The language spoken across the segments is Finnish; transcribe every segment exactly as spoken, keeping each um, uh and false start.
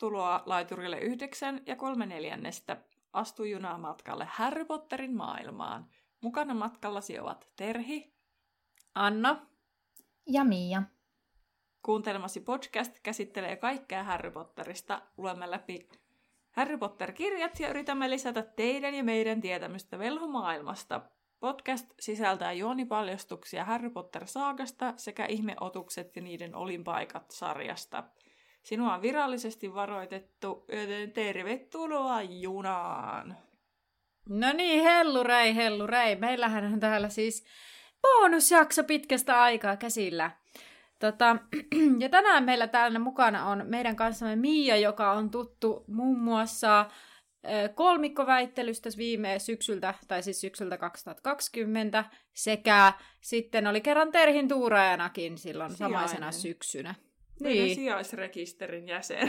Tervetuloa laiturille yhdeksän ja kolme neljännestä. Astu junaan matkalle Harry Potterin maailmaan. Mukana matkallasi ovat Terhi, Anna ja Mia. Kuuntelemasi podcast käsittelee kaikkea Harry Potterista. Luemme läpi Harry Potter-kirjat ja yritämme lisätä teidän ja meidän tietämystä velhomaailmasta. Podcast sisältää juonipaljastuksia Harry Potter-saagasta sekä ihmeotukset ja niiden olinpaikat sarjasta. Sinua on virallisesti varoitettu, joten tervetuloa junaan! No niin, hellurei, hellurei. Meillähän on täällä siis bonusjakso pitkästä aikaa käsillä. Tota, ja tänään meillä täällä mukana on meidän kanssamme Mia, joka on tuttu muun muassa kolmikkoväittelystä viime syksyltä, tai siis syksyltä kaksituhattakaksikymmentä, sekä sitten oli kerran Terhin tuuraajanakin silloin Sijainen. Samaisena syksynä. Meidän niin. Sijaisrekisterin jäsen.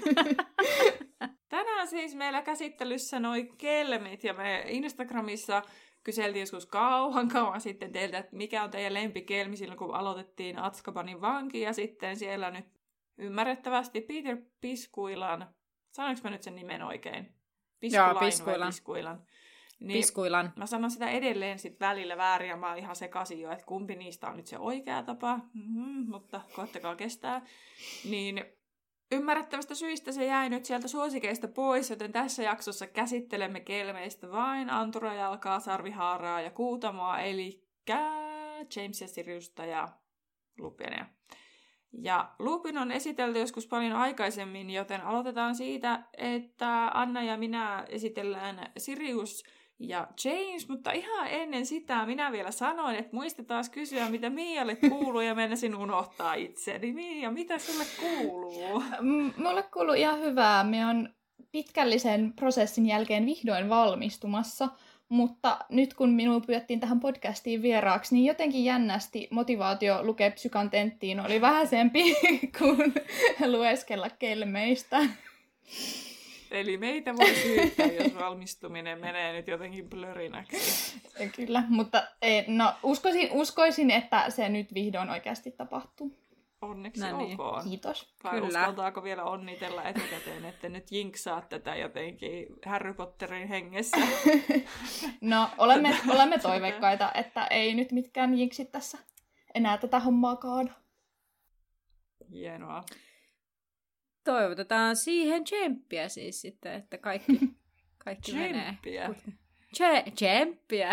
Tänään siis meillä käsittelyssä noi kelmit, ja me Instagramissa kyseltiin joskus kauan kauan sitten teiltä, että mikä on teidän lempikelmi silloin, kun aloitettiin Azkabanin vanki, ja sitten siellä nyt ymmärrettävästi Peter Piskuilan, sanoinko mä nyt sen nimen oikein? Piskulain Joo, Piskuilan. Piskuilan. Niin Piskuilan. Mä sanon sitä edelleen sit välillä väärin, ja mä oon ihan sekaisin jo, että kumpi niistä on nyt se oikea tapa, mm-hmm, mutta koettakaa kestää. Niin ymmärrettävästä syistä se jäi nyt sieltä suosikeista pois, joten tässä jaksossa käsittelemme kelmeistä vain Anturajalkaa, Sarvihaaraa ja Kuutamoa, eli James ja Siriusta ja Lupinia. Ja Lupin on esitelty joskus paljon aikaisemmin, joten aloitetaan siitä, että Anna ja minä esitellään Sirius ja James, mutta ihan ennen sitä minä vielä sanoin, että muistetaan kysyä, mitä Mialle kuuluu, ja mennäsin unohtaa itseäni. Mia, mitä sulle kuuluu? M- mulle kuuluu ihan hyvää. Me on pitkällisen prosessin jälkeen vihdoin valmistumassa, mutta nyt kun minua pyydettiin tähän podcastiin vieraaksi, niin jotenkin jännästi motivaatio lukea psykan tenttiin oli vähäisempi kuin lueskella kelmeistä. Eli meitä voi syyttää, jos valmistuminen menee nyt jotenkin blörinäksi. Kyllä, mutta no, uskoisin, uskoisin, että se nyt vihdoin oikeasti tapahtuu. Onneksi no niin. olkoon. Kiitos. Vai uskaltaako vielä onnitella etukäteen, että nyt jinksaa tätä jotenkin Harry Potterin hengessä? No, olemme, olemme toiveikkaita, että ei nyt mitkään jinksit tässä enää tätä hommaa kaada. Hienoa. Toivotetaan siihen tsemppiä siis sitten, että kaikki, kaikki menee. Tsemppiä.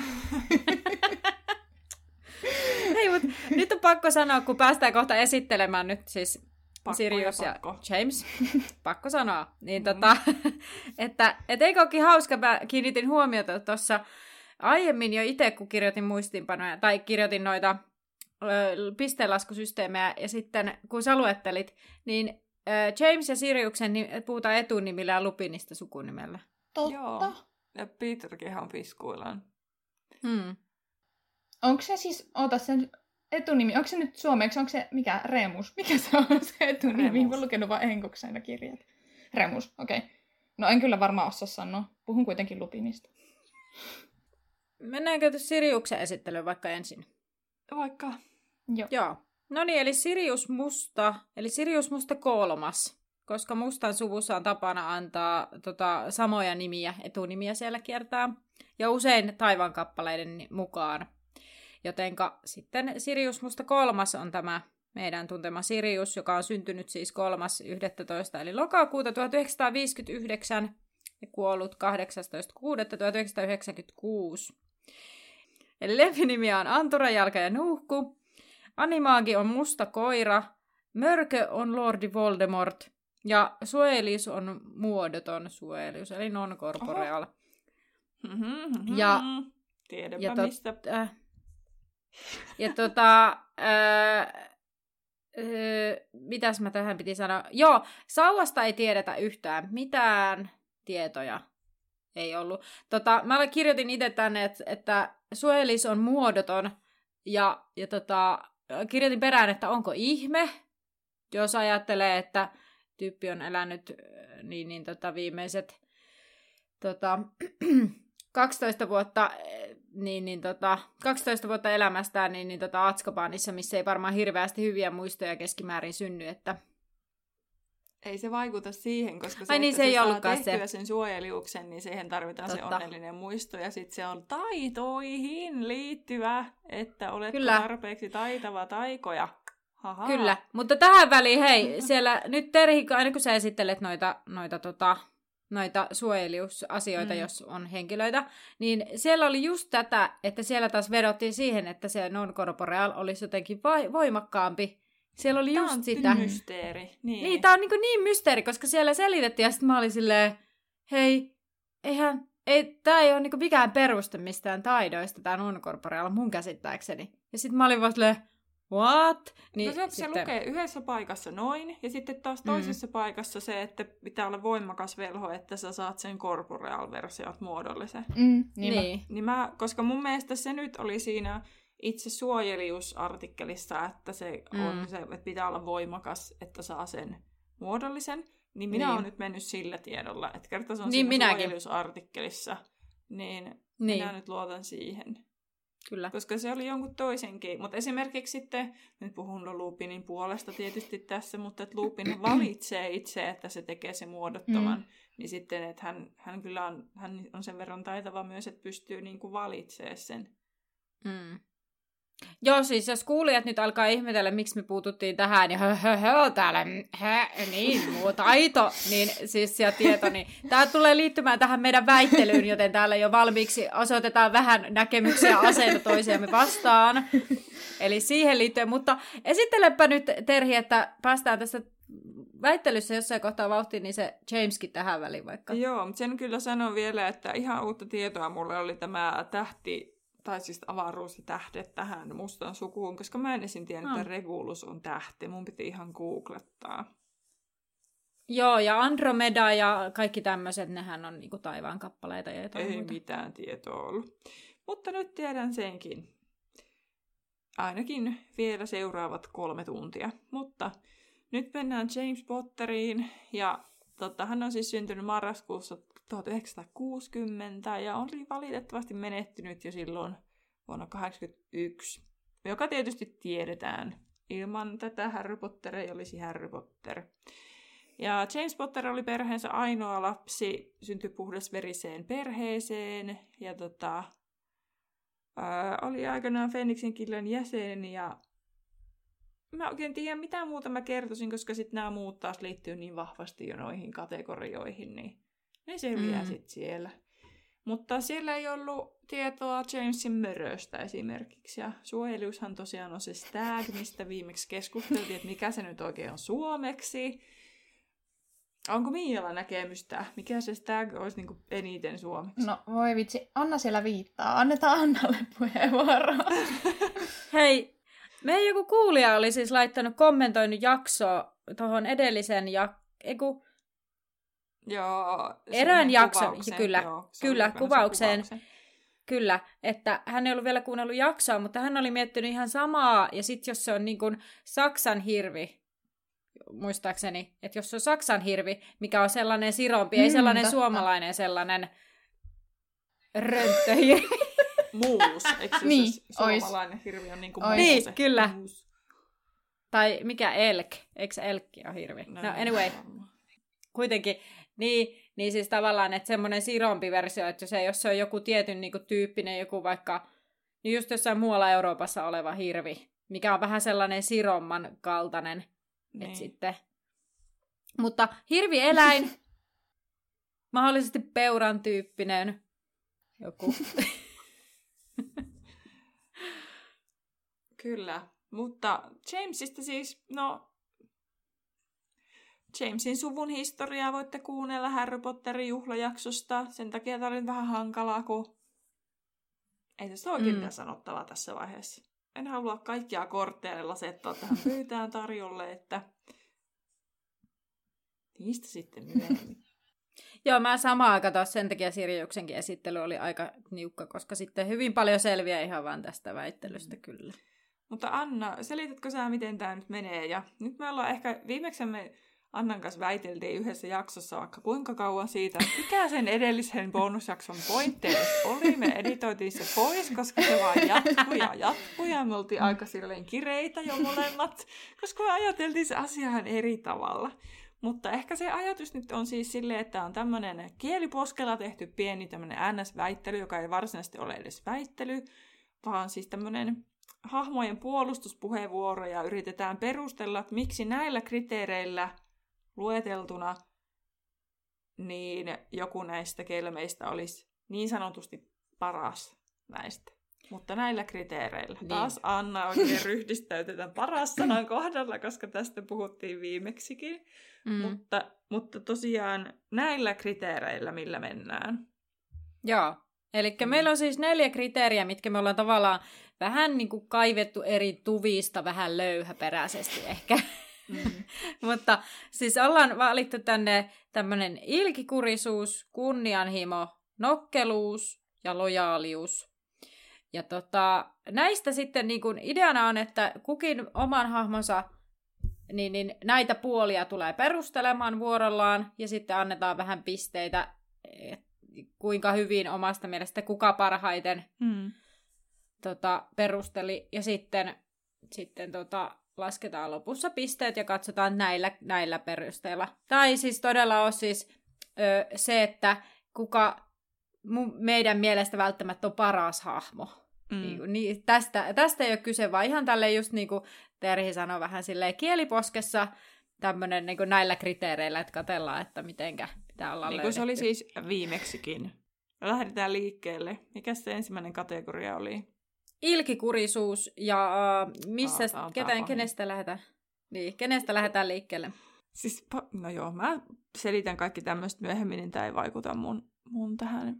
Hei, mutta nyt on pakko sanoa, kun päästään kohta esittelemään nyt siis pakko Sirius ja, ja James. Pakko sanoa. Niin mm. tota, että et eikö olekin hauska, mä kiinnitin huomiota tuossa aiemmin jo itse, kun kirjoitin muistiinpanoja, tai kirjoitin noita ö, pisteenlaskusysteemejä, ja sitten kun sä luettelit, niin James ja Siriuksen puhutaan etunimillä ja Lupinista sukunimellä. Totta. Joo. Ja Peterkin on Piskuilan. Hmm. Onko se siis, ota sen etunimi, onko se nyt suomeksi, onko se mikä, Remus? Mikä se on se etunimi? Mä oon lukenut vaan enkoksena kirjat. Remus, okei. Okay. No en kyllä varmaan osaa sanoa. Puhun kuitenkin Lupinista. Mennäänkö Siriuksen esittelyyn vaikka ensin? Vaikka. Joo. Joo. No niin, eli Sirius Musta, eli Sirius Musta kolmas, koska Mustan suvussa on tapana antaa tota, samoja nimiä, etunimiä siellä kiertää, ja usein taivaankappaleiden mukaan. Jotenka sitten Sirius Musta kolmas on tämä meidän tuntema Sirius, joka on syntynyt siis kolmas yhdestoista eli lokakuuta tuhatyhdeksänsataaviisikymmentäyhdeksän ja kuollut kahdeksastoista kuudetta tuhatyhdeksänsataayhdeksänkymmentäkuusi. Eli lempinimiä on Anturajalka ja Nuuhku. Animaagi on Musta koira, Mörkö on Lordi Voldemort ja Suelius on muodoton Suelius, eli non-corporeal. Mm-hmm, ja tiedänpä ja tot, mistä. Äh, ja tota, äh, äh, mitäs mä tähän piti sanoa? Joo, sauvasta ei tiedetä yhtään mitään tietoja. Ei ollut. Tota, mä kirjoitin itse tänne, että, että Suelius on muodoton. Ja, ja tota, kirjoitin perään, että onko ihme, jos ajattelee, että tyyppi on elänyt niin, niin tota, viimeiset tota, kaksitoista vuotta, niin, niin, tota, kaksitoista vuotta elämästään niin, niin, tota, Azkabanissa, missä ei varmaan hirveästi hyviä muistoja keskimäärin synny. Että Ei se vaikuta siihen, koska se, Ai niin, että se se ei saa tehtyä se. sen suojeliuksen, niin siihen tarvitaan Totta. se onnellinen muisto. Ja sitten se on taitoihin liittyvä, että oletko Kyllä. tarpeeksi taitava taikoja. Haha. Kyllä, mutta tähän väliin, hei, siellä nyt Terhi, aina kun sä esittelet noita, noita, tota, noita suojeliusasioita, mm. jos on henkilöitä, niin siellä oli just tätä, että siellä taas vedottiin siihen, että se non-corporeal olisi jotenkin voimakkaampi. Siellä oli tää just on sitä. mysteeri. Niin, niin tää on niin, niin mysteeri, koska siellä selitettiin ja sitten mä olin silleen, hei, eihän, ei, tää ei ole niin mikään peruste mistään taidoista, tää non-corporeal mun käsittääkseni. Ja sitten mä olin vaan silleen, what? Niin, no se, sitten... se lukee yhdessä paikassa noin, ja sitten taas toisessa mm. paikassa se, että pitää olla voimakas velho, että sä saat sen corporeal-versiot muodollisen. Mm, niin. niin. niin mä, koska mun mielestä se nyt oli siinä itse suojeliusartikkelissa, että se mm. on se, että pitää olla voimakas, että saa sen muodollisen, niin minä niin. olen nyt mennyt sillä tiedolla, että kerta se on niin, siinä suojeliusartikkelissa, niin, niin minä nyt luotan siihen. Kyllä. Koska se oli jonkun toisenkin. Mutta esimerkiksi sitten, nyt puhun Lupinin puolesta tietysti tässä, mutta että Lupin valitsee itse, että se tekee sen muodottoman. Mm. Niin sitten, että hän, hän kyllä on, hän on sen verran taitava myös, että pystyy niinku valitsemaan sen. Mm. Joo, siis jos kuulijat nyt alkaa ihmetellä, miksi me puututtiin tähän, ja hö, hö, hö, täällä, hä, niin, muu taito, niin siis ja tieto, niin tämä tulee liittymään tähän meidän väittelyyn, joten täällä jo valmiiksi osoitetaan vähän näkemyksiä ja aseita toisiamme vastaan. Eli siihen liittyen, mutta esittelepä nyt Terhi, että päästään tästä väittelyssä jossain kohtaa vauhtiin, niin se Jameskin tähän väliin vaikka. Joo, mutta sen kyllä sanon vielä, että ihan uutta tietoa mulle oli tämä tähti, tai siis avaruus ja tähdet tähän mustaan sukuun, koska mä en esim. tiennyt, että Regulus on tähti. Mun piti ihan googlettaa. Joo, ja Andromeda ja kaikki tämmöiset, nehän on niinku taivaan kappaleita ja jotain Ei muuta. mitään tietoa ollut. Mutta nyt tiedän senkin. Ainakin vielä seuraavat kolme tuntia. Mutta nyt mennään James Potteriin, ja totta, hän on siis syntynyt marraskuussa tuhatyhdeksänsataakuusikymmentä ja oli valitettavasti menehtynyt jo silloin vuonna kahdeksankymmentäyksi, joka tietysti tiedetään. Ilman tätä Harry Potter ei olisi Harry Potter. Ja James Potter oli perheensä ainoa lapsi, syntyi puhdasveriseen perheeseen ja tota, ää, oli aikanaan Fenixin killan jäsen ja mä oikein tiedä, mitä muuta mä kertoisin, koska sitten nämä muut taas liittyy niin vahvasti jo noihin kategorioihin, niin ne selviää mm. sitten siellä. Mutta siellä ei ollut tietoa Jamesin möröstä esimerkiksi. Ja suojeliushan tosiaan on se stag, mistä viimeksi keskusteltiin, että mikä se nyt oikein on suomeksi. Onko Miialla näkemystä? Mikä se stag olisi niin kuin eniten suomeksi? No voi vitsi, Anna siellä viittaa. Annetaan Annalle puheenvuoroa. Hei, meidän joku kuulija oli siis laittanut, kommentoinut jaksoa tuohon edellisen ja... Eiku... Joo, erään jakson, kyllä, joo, kyllä kuvaukseen, kuvauksen. Kyllä, että hän ei ollut vielä kuunnellut jaksoa, mutta hän oli miettinyt ihan samaa, ja sitten jos se on niin kuin Saksan hirvi, muistaakseni, että jos se on Saksan hirvi, mikä on sellainen sirompi, mm, ei sellainen totta. Suomalainen sellainen rönttöhirvi. Muus, eikö se niin, suomalainen hirvi on niin kuin muus? Niin, kyllä. Muus. Tai mikä elk, eikö elkki ole hirvi? No, no anyway, kuitenkin. Niin, niin siis tavallaan, että semmoinen sirompi versio, että jos, ei, jos se on joku tietyn niin kuin, tyyppinen, joku vaikka niin just jossain muualla Euroopassa oleva hirvi, mikä on vähän sellainen siromman kaltainen. Niin. Että sitten. Mutta hirvieläin, mahdollisesti peuran tyyppinen joku. Kyllä, mutta Jamesista siis, no... Jamesin suvun historiaa voitte kuunnella Harry Potterin juhlajaksosta. Sen takia tämä oli vähän hankalaa, kun ei tästä oikein mitään mm. sanottavaa tässä vaiheessa. En halua kaikkia kortteja lasettaa tähän pöytään tarjolle, että niistä sitten myöhemmin. Joo, mä samaan katsoin, sen takia Siriuksenkin esittely oli aika niukka, koska sitten hyvin paljon selviää ihan vaan tästä väittelystä kyllä. Mutta Anna, selitätkö sä, miten tämä nyt menee? Ja nyt me ollaan ehkä, viimeksi me Annan kanssa väiteltiin yhdessä jaksossa vaikka kuinka kauan siitä, mikä sen edellisen bonusjakson pointti oli. Me editoitiin se pois, koska se vaan jatkui ja jatkui ja me oltiin aika silleen kireitä jo molemmat, koska me ajateltiin se asiaan eri tavalla. Mutta ehkä se ajatus nyt on siis silleen, että on tämmöinen kieliposkella tehty pieni tämmöinen N S-väittely, joka ei varsinaisesti ole edes väittely, vaan siis tämmöinen hahmojen puolustuspuheenvuoro ja yritetään perustella, että miksi näillä kriteereillä lueteltuna niin joku näistä kelmeistä olisi niin sanotusti paras näistä. Mutta näillä kriteereillä. Niin. Taas Anna oikein ryhdistäytetään paras sanan kohdalla, koska tästä puhuttiin viimeksikin. Mm. Mutta, mutta tosiaan näillä kriteereillä, millä mennään. Joo. Eli mm. meillä on siis neljä kriteeriä, mitkä me ollaan tavallaan vähän niin kuin kaivettu eri tuvista vähän löyhäperäisesti ehkä. Mm. Mutta siis ollaan valittu tänne tämmöinen ilkikurisuus, kunnianhimo, nokkeluus ja lojaalius. Ja tota, näistä sitten niin kun ideana on, että kukin oman hahmonsa, niin, niin näitä puolia tulee perustelemaan vuorollaan, ja sitten annetaan vähän pisteitä, kuinka hyvin omasta mielestä kuka parhaiten mm. tota, perusteli, ja sitten, sitten tota, lasketaan lopussa pisteet ja katsotaan näillä, näillä perusteilla. Tai siis todella on siis ö, se, että kuka mu- meidän mielestä välttämättä on paras hahmo. Mm. Niin, niin, tästä, tästä ei ole kyse, vaan ihan tälleen just niin kuin Terhi sanoi vähän silleen kieliposkessa tämmöinen niin kuin näillä kriteereillä, että katsellaan, että mitenkä pitää olla niin löydetty. Se oli siis viimeksikin. Lähdetään liikkeelle. Mikä se ensimmäinen kategoria oli? Ilkikurisuus ja uh, missä, Aa, ketään, kenestä lähdetään? Niin, kenestä lähdetään liikkeelle? Siis, no joo, mä selitän kaikki tämmöistä myöhemmin, niin tämä ei vaikuta mun, mun tähän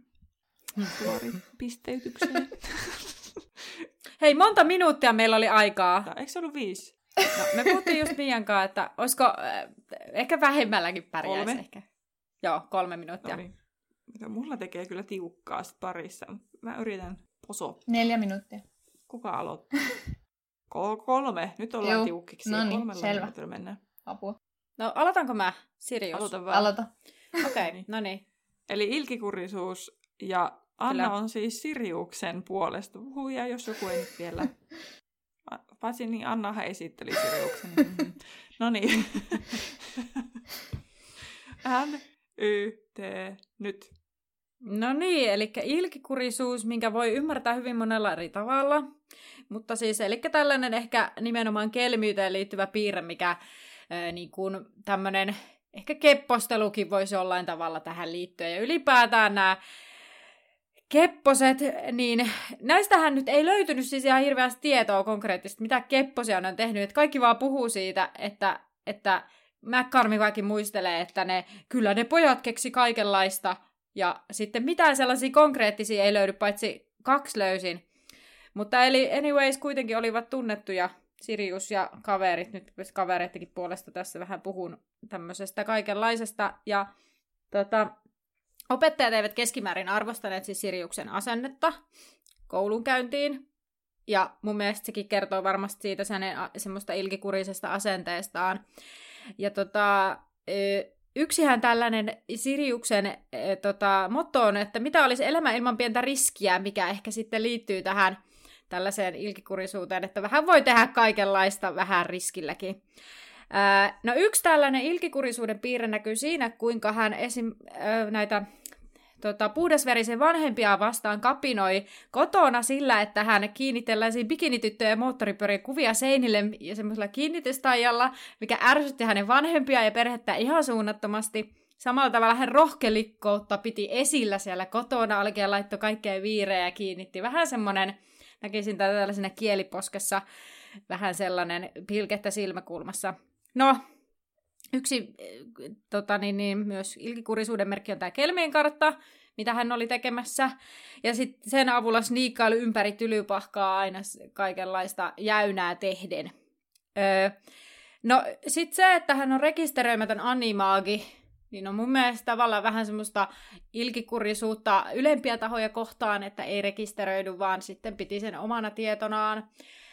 pisteytykseen. Hei, monta minuuttia meillä oli aikaa. No, eikö se ollut viisi? No, me puhuttiin just Miankaan, että olisiko äh, ehkä vähemmälläkin pärjäisi. Kolme? Ehkä. Joo, kolme minuuttia. No niin. Mulla tekee kyllä tiukkaa sit parissa. Mä yritän poso. Neljä minuuttia. Kuka aloittaa? Kol- kolme. Nyt ollaan Joo. tiukkiksi. No niin, Kolmella selvä. mennään. Apua. No, aloitanko mä, Sirius? Aloita vaan. Aloita. Okei, okay, no niin. Eli ilkikurisuus ja Anna Kyllä. on siis Siriuksen puolesta puhuja, jos joku ei nyt vielä... Paitsi niin Annahan esitteli Siriuksen. Mm-hmm. No niin. N, Y, T, nyt. No niin, eli ilkikurisuus, minkä voi ymmärtää hyvin monella eri tavalla. Mutta siis, eli tällainen ehkä nimenomaan kelmiyteen liittyvä piirre, mikä ää, niin kuin tämmöinen, ehkä keppostelukin voisi jollain tavalla tähän liittyä. Ja ylipäätään nämä kepposet, niin näistähän nyt ei löytynyt siis ihan hirveästi tietoa konkreettisesti, mitä kepposia on tehnyt. Että kaikki vaan puhuu siitä, että, että McCormick kaikki muistelee, että ne, kyllä ne pojat keksi kaikenlaista. Ja sitten mitään sellaisia konkreettisia ei löydy, paitsi kaksi löysin. Mutta eli anyways kuitenkin olivat tunnettuja Sirius ja kaverit. Nyt kavereittenkin puolesta tässä vähän puhun tämmöisestä kaikenlaisesta. Ja tota, opettajat eivät keskimäärin arvostaneet siis Siriuksen asennetta koulunkäyntiin. Ja mun mielestä sekin kertoo varmasti siitä hänen semmoista ilkikurisesta asenteestaan. Ja tota... Yksihän tällainen Siriuksen e, tota, motto on, että mitä olisi elämä ilman pientä riskiä, mikä ehkä sitten liittyy tähän tällaiseen ilkikurisuuteen, että vähän voi tehdä kaikenlaista vähän riskilläkin. Ää, no yksi tällainen ilkikurisuuden piirre näkyy siinä, kuinka hän esim. Ää, näitä tota, puhdasverisen vanhempia vastaan kapinoi kotona sillä, että hän kiinnitti tällaisia bikinityttöjä ja moottoripyörien kuvia seinille ja semmoisella kiinnitystajalla, mikä ärsytti hänen vanhempia ja perhettä ihan suunnattomasti. Samalla tavalla hän rohkelikkoutta piti esillä siellä kotona, oikein laittoi kaikkea viireä ja kiinnitti. Vähän semmoinen, näkisin tätä tällaisena kieliposkessa, vähän sellainen pilkettä silmäkulmassa. No, yksi tota, niin, niin, myös ilkikurisuuden merkki on tämä kelmien kartta, mitä hän oli tekemässä. Ja sitten sen avulla sniikkailu ympäri tylypahkaa aina kaikenlaista jäynää tehden. Öö, no sitten se, että hän on rekisteröimätön animaagi, niin on mun mielestä tavallaan vähän semmoista ilkikurisuutta ylempiä tahoja kohtaan, että ei rekisteröidy, vaan sitten piti sen omana tietonaan.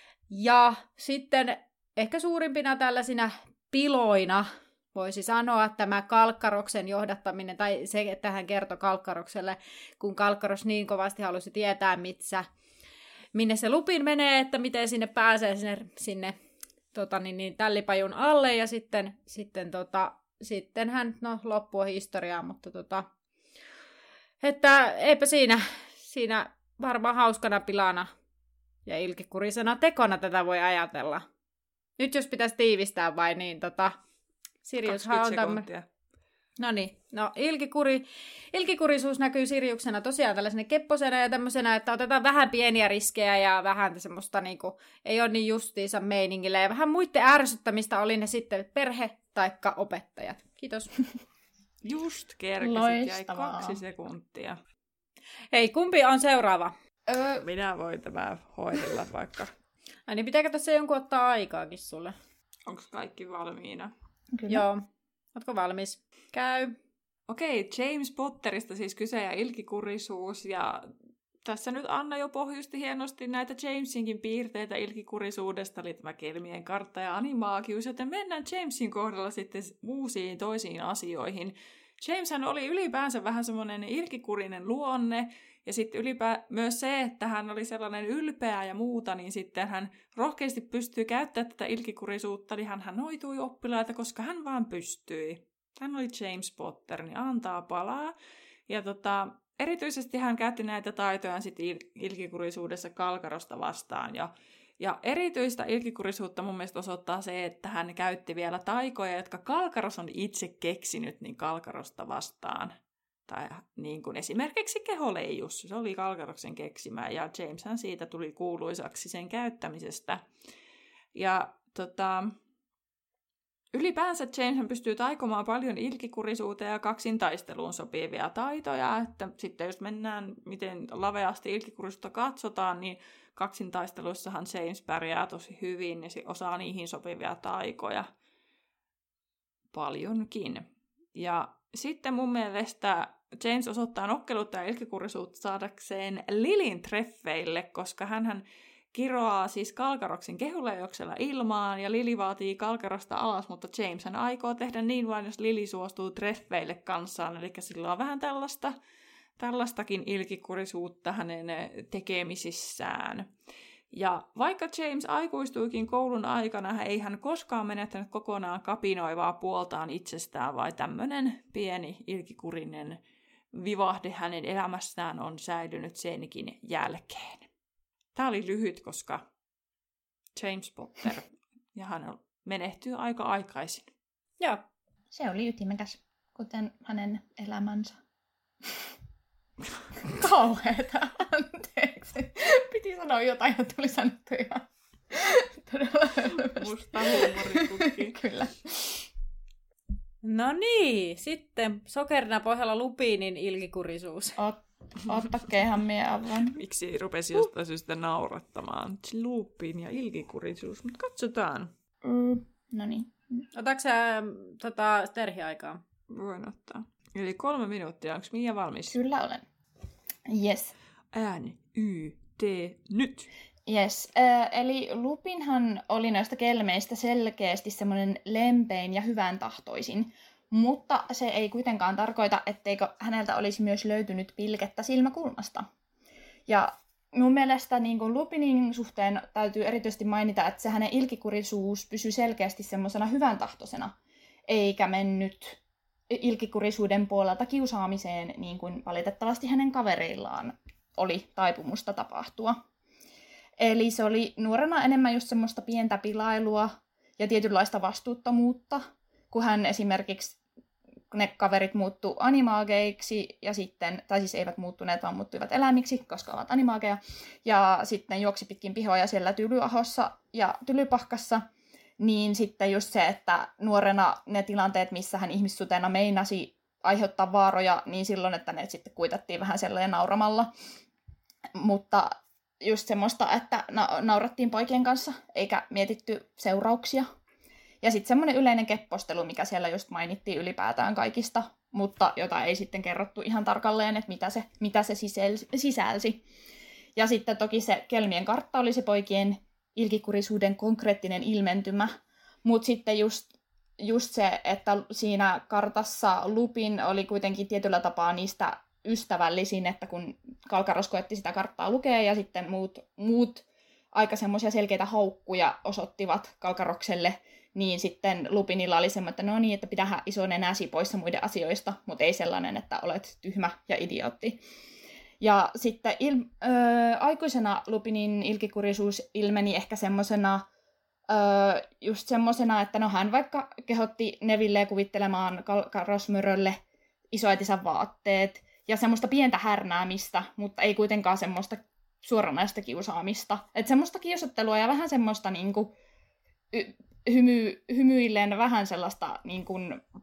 Ja sitten ehkä suurimpina tällaisina piloina voisi sanoa, että tämä Kalkkaroksen johdattaminen, tai se, että hän kertoi Kalkkarokselle, kun Kalkkaros niin kovasti halusi tietää, missä, minne se Lupin menee, että miten sinne pääsee sinne, sinne tota, niin, niin, tällipajun alle, ja sitten, sitten tota, sittenhän, no loppu on historiaa, mutta tota, että eipä siinä, siinä varmaan hauskana pilana ja ilkikurisena tekona tätä voi ajatella. Nyt jos pitäisi tiivistää vai niin, tota, Siriushan on tämmöinen. No niin, no ilkikuri, ilkikurisuus näkyy Siriuksena tosiaan tällaisena kepposena ja tämmöisenä, että otetaan vähän pieniä riskejä ja vähän semmoista niinku, ei ole niin justiinsa meiningillä ja vähän muiden ärsyttämistä oli ne sitten perhe taikka opettajat. Kiitos. Just kerkesit, jäi kaksi sekuntia. Hei, kumpi on seuraava? Öö. Minä voin tämä hoidella vaikka. Ai niin pitääkö tässä jonkun ottaa aikaakin sulle? Onko kaikki valmiina? Kyllä. Joo. Ootko valmis? Käy. Okei, James Potterista siis kyse ja ilkikurisuus. Ja tässä nyt Anna jo pohjusti hienosti näitä Jamesinkin piirteitä ilkikurisuudesta, eli tämä kelmien kartta ja animaagius, joten mennään Jamesin kohdalla sitten uusiin toisiin asioihin. Jameshän oli ylipäänsä vähän semmoinen ilkikurinen luonne, ja sitten ylipä myös se, että hän oli sellainen ylpeä ja muuta, niin sitten hän rohkeasti pystyy käyttämään tätä ilkikurisuutta, niin hän noitui oppilaita, koska hän vaan pystyi. Hän oli James Potter, niin antaa palaa. Ja tota, erityisesti hän käytti näitä taitoja sitten il- ilkikurisuudessa Kalkarosta vastaan. Ja, ja erityistä ilkikurisuutta mun mielestä osoittaa se, että hän käytti vielä taikoja, jotka Kalkaros on itse keksinyt, niin Kalkarosta vastaan. Tai niin kuin esimerkiksi keholeijus, se oli Kalkaroksen keksimä, ja Jameshän siitä tuli kuuluisaksi sen käyttämisestä. Ja tota, ylipäänsä Jameshän pystyy taikomaan paljon ilkikurisuuteen ja kaksintaisteluun sopivia taitoja, että sitten jos mennään, miten laveasti ilkikurisuutta katsotaan, niin kaksintaisteluissahan James pärjää tosi hyvin, ja se osaa niihin sopivia taikoja paljonkin. Ja sitten mun mielestä James osoittaa nokkeluutta ja ilkikurisuutta saadakseen Lilyn treffeille, koska hänhän kiroaa siis Kalkaroksen kehuleijoksella ilmaan, ja Lily vaatii Kalkarosta alas, mutta James hän aikoo tehdä niin vain, jos Lily suostuu treffeille kanssaan, eli sillä on vähän tällaista, tällaistakin ilkikurisuutta hänen tekemisissään. Ja vaikka James aikuistuikin koulun aikana, ei hän koskaan menettänyt kokonaan kapinoivaa puoltaan itsestään, vai tämmöinen pieni ilkikurinen vivahde hänen elämässään on säilynyt senkin jälkeen. Tämä oli lyhyt, koska James Potter, ja hän menehtyy aika aikaisin. Joo. Se oli ytimekäs, kuten hänen elämänsä. Kauheeta, anteeksi. Piti sanoa jotain, ja tuli sanottu ihan todella musta huumorikukki. Kyllä. No niin, sitten sokerina pohjalla Lupinin ilkikurisuus. Ot- Ottakeehan mie avaan. Miksi rupesi jostain syystä naurattamaan? Lupin ja ilkikurisuus, mutta katsotaan. Mm, no niin. Otatko sä tota, terhiaikaa? Voin ottaa. Eli kolme minuuttia. Onko Mia valmis? Kyllä olen. Yes. Ään, y, t, nyt. Yes. Äh, eli Lupinhan oli noista kelmeistä selkeästi semmoinen lempein ja hyvän tahtoisin. Mutta se ei kuitenkaan tarkoita, etteikö häneltä olisi myös löytynyt pilkettä silmäkulmasta. Ja mun mielestä niin kuin Lupinin suhteen täytyy erityisesti mainita, että se hänen ilkikurisuus pysyi selkeästi semmoisena hyvän tahtoisena, eikä mennyt ilkikurisuuden puolelta kiusaamiseen, niin kuin valitettavasti hänen kavereillaan oli taipumusta tapahtua. Eli se oli nuorena enemmän just semmoista pientä pilailua ja tietynlaista vastuuttomuutta, kun hän esimerkiksi ne kaverit muuttu animaageiksi, ja sitten, tai siis eivät muuttuneet, vaan muuttuivat eläimiksi, koska ovat animaageja, ja sitten juoksi pitkin pihoja siellä Tylyahossa ja Tylypahkassa, niin sitten just se, että nuorena ne tilanteet, missä hän ihmissutena meinasi aiheuttaa vaaroja, niin silloin, että ne sitten kuitattiin vähän sellainen nauramalla. Mutta just semmoista, että na- naurattiin poikien kanssa, eikä mietitty seurauksia. Ja sitten semmoinen yleinen keppostelu, mikä siellä just mainittiin ylipäätään kaikista, mutta jota ei sitten kerrottu ihan tarkalleen, että mitä se, mitä se sisälsi. Ja sitten toki se kelmien kartta oli se poikien ilkikurisuuden konkreettinen ilmentymä, mutta sitten just, just se, että siinä kartassa Lupin oli kuitenkin tietyllä tapaa niistä ystävällisin, että kun Kalkaros koetti sitä karttaa lukea ja sitten muut, muut aika semmoisia selkeitä haukkuja osoittivat Kalkarokselle, niin sitten Lupinilla oli semmoinen, että no niin, että pitää iso nenäsi poissa muiden asioista, mutta ei sellainen, että olet tyhmä ja idiootti. Ja sitten il- ö, aikuisena Lupinin ilkikurisuus ilmeni ehkä semmoisena, ö, just semmoisena, että no hän vaikka kehotti Nevilleä kuvittelemaan Karosmyrölle isoäitinsä vaatteet, ja semmoista pientä härnäämistä, mutta ei kuitenkaan semmoista suoranaista kiusaamista. Että semmoista kiusottelua ja vähän semmoista niinku, y- hymy- hymyilleen vähän sellaista niinku,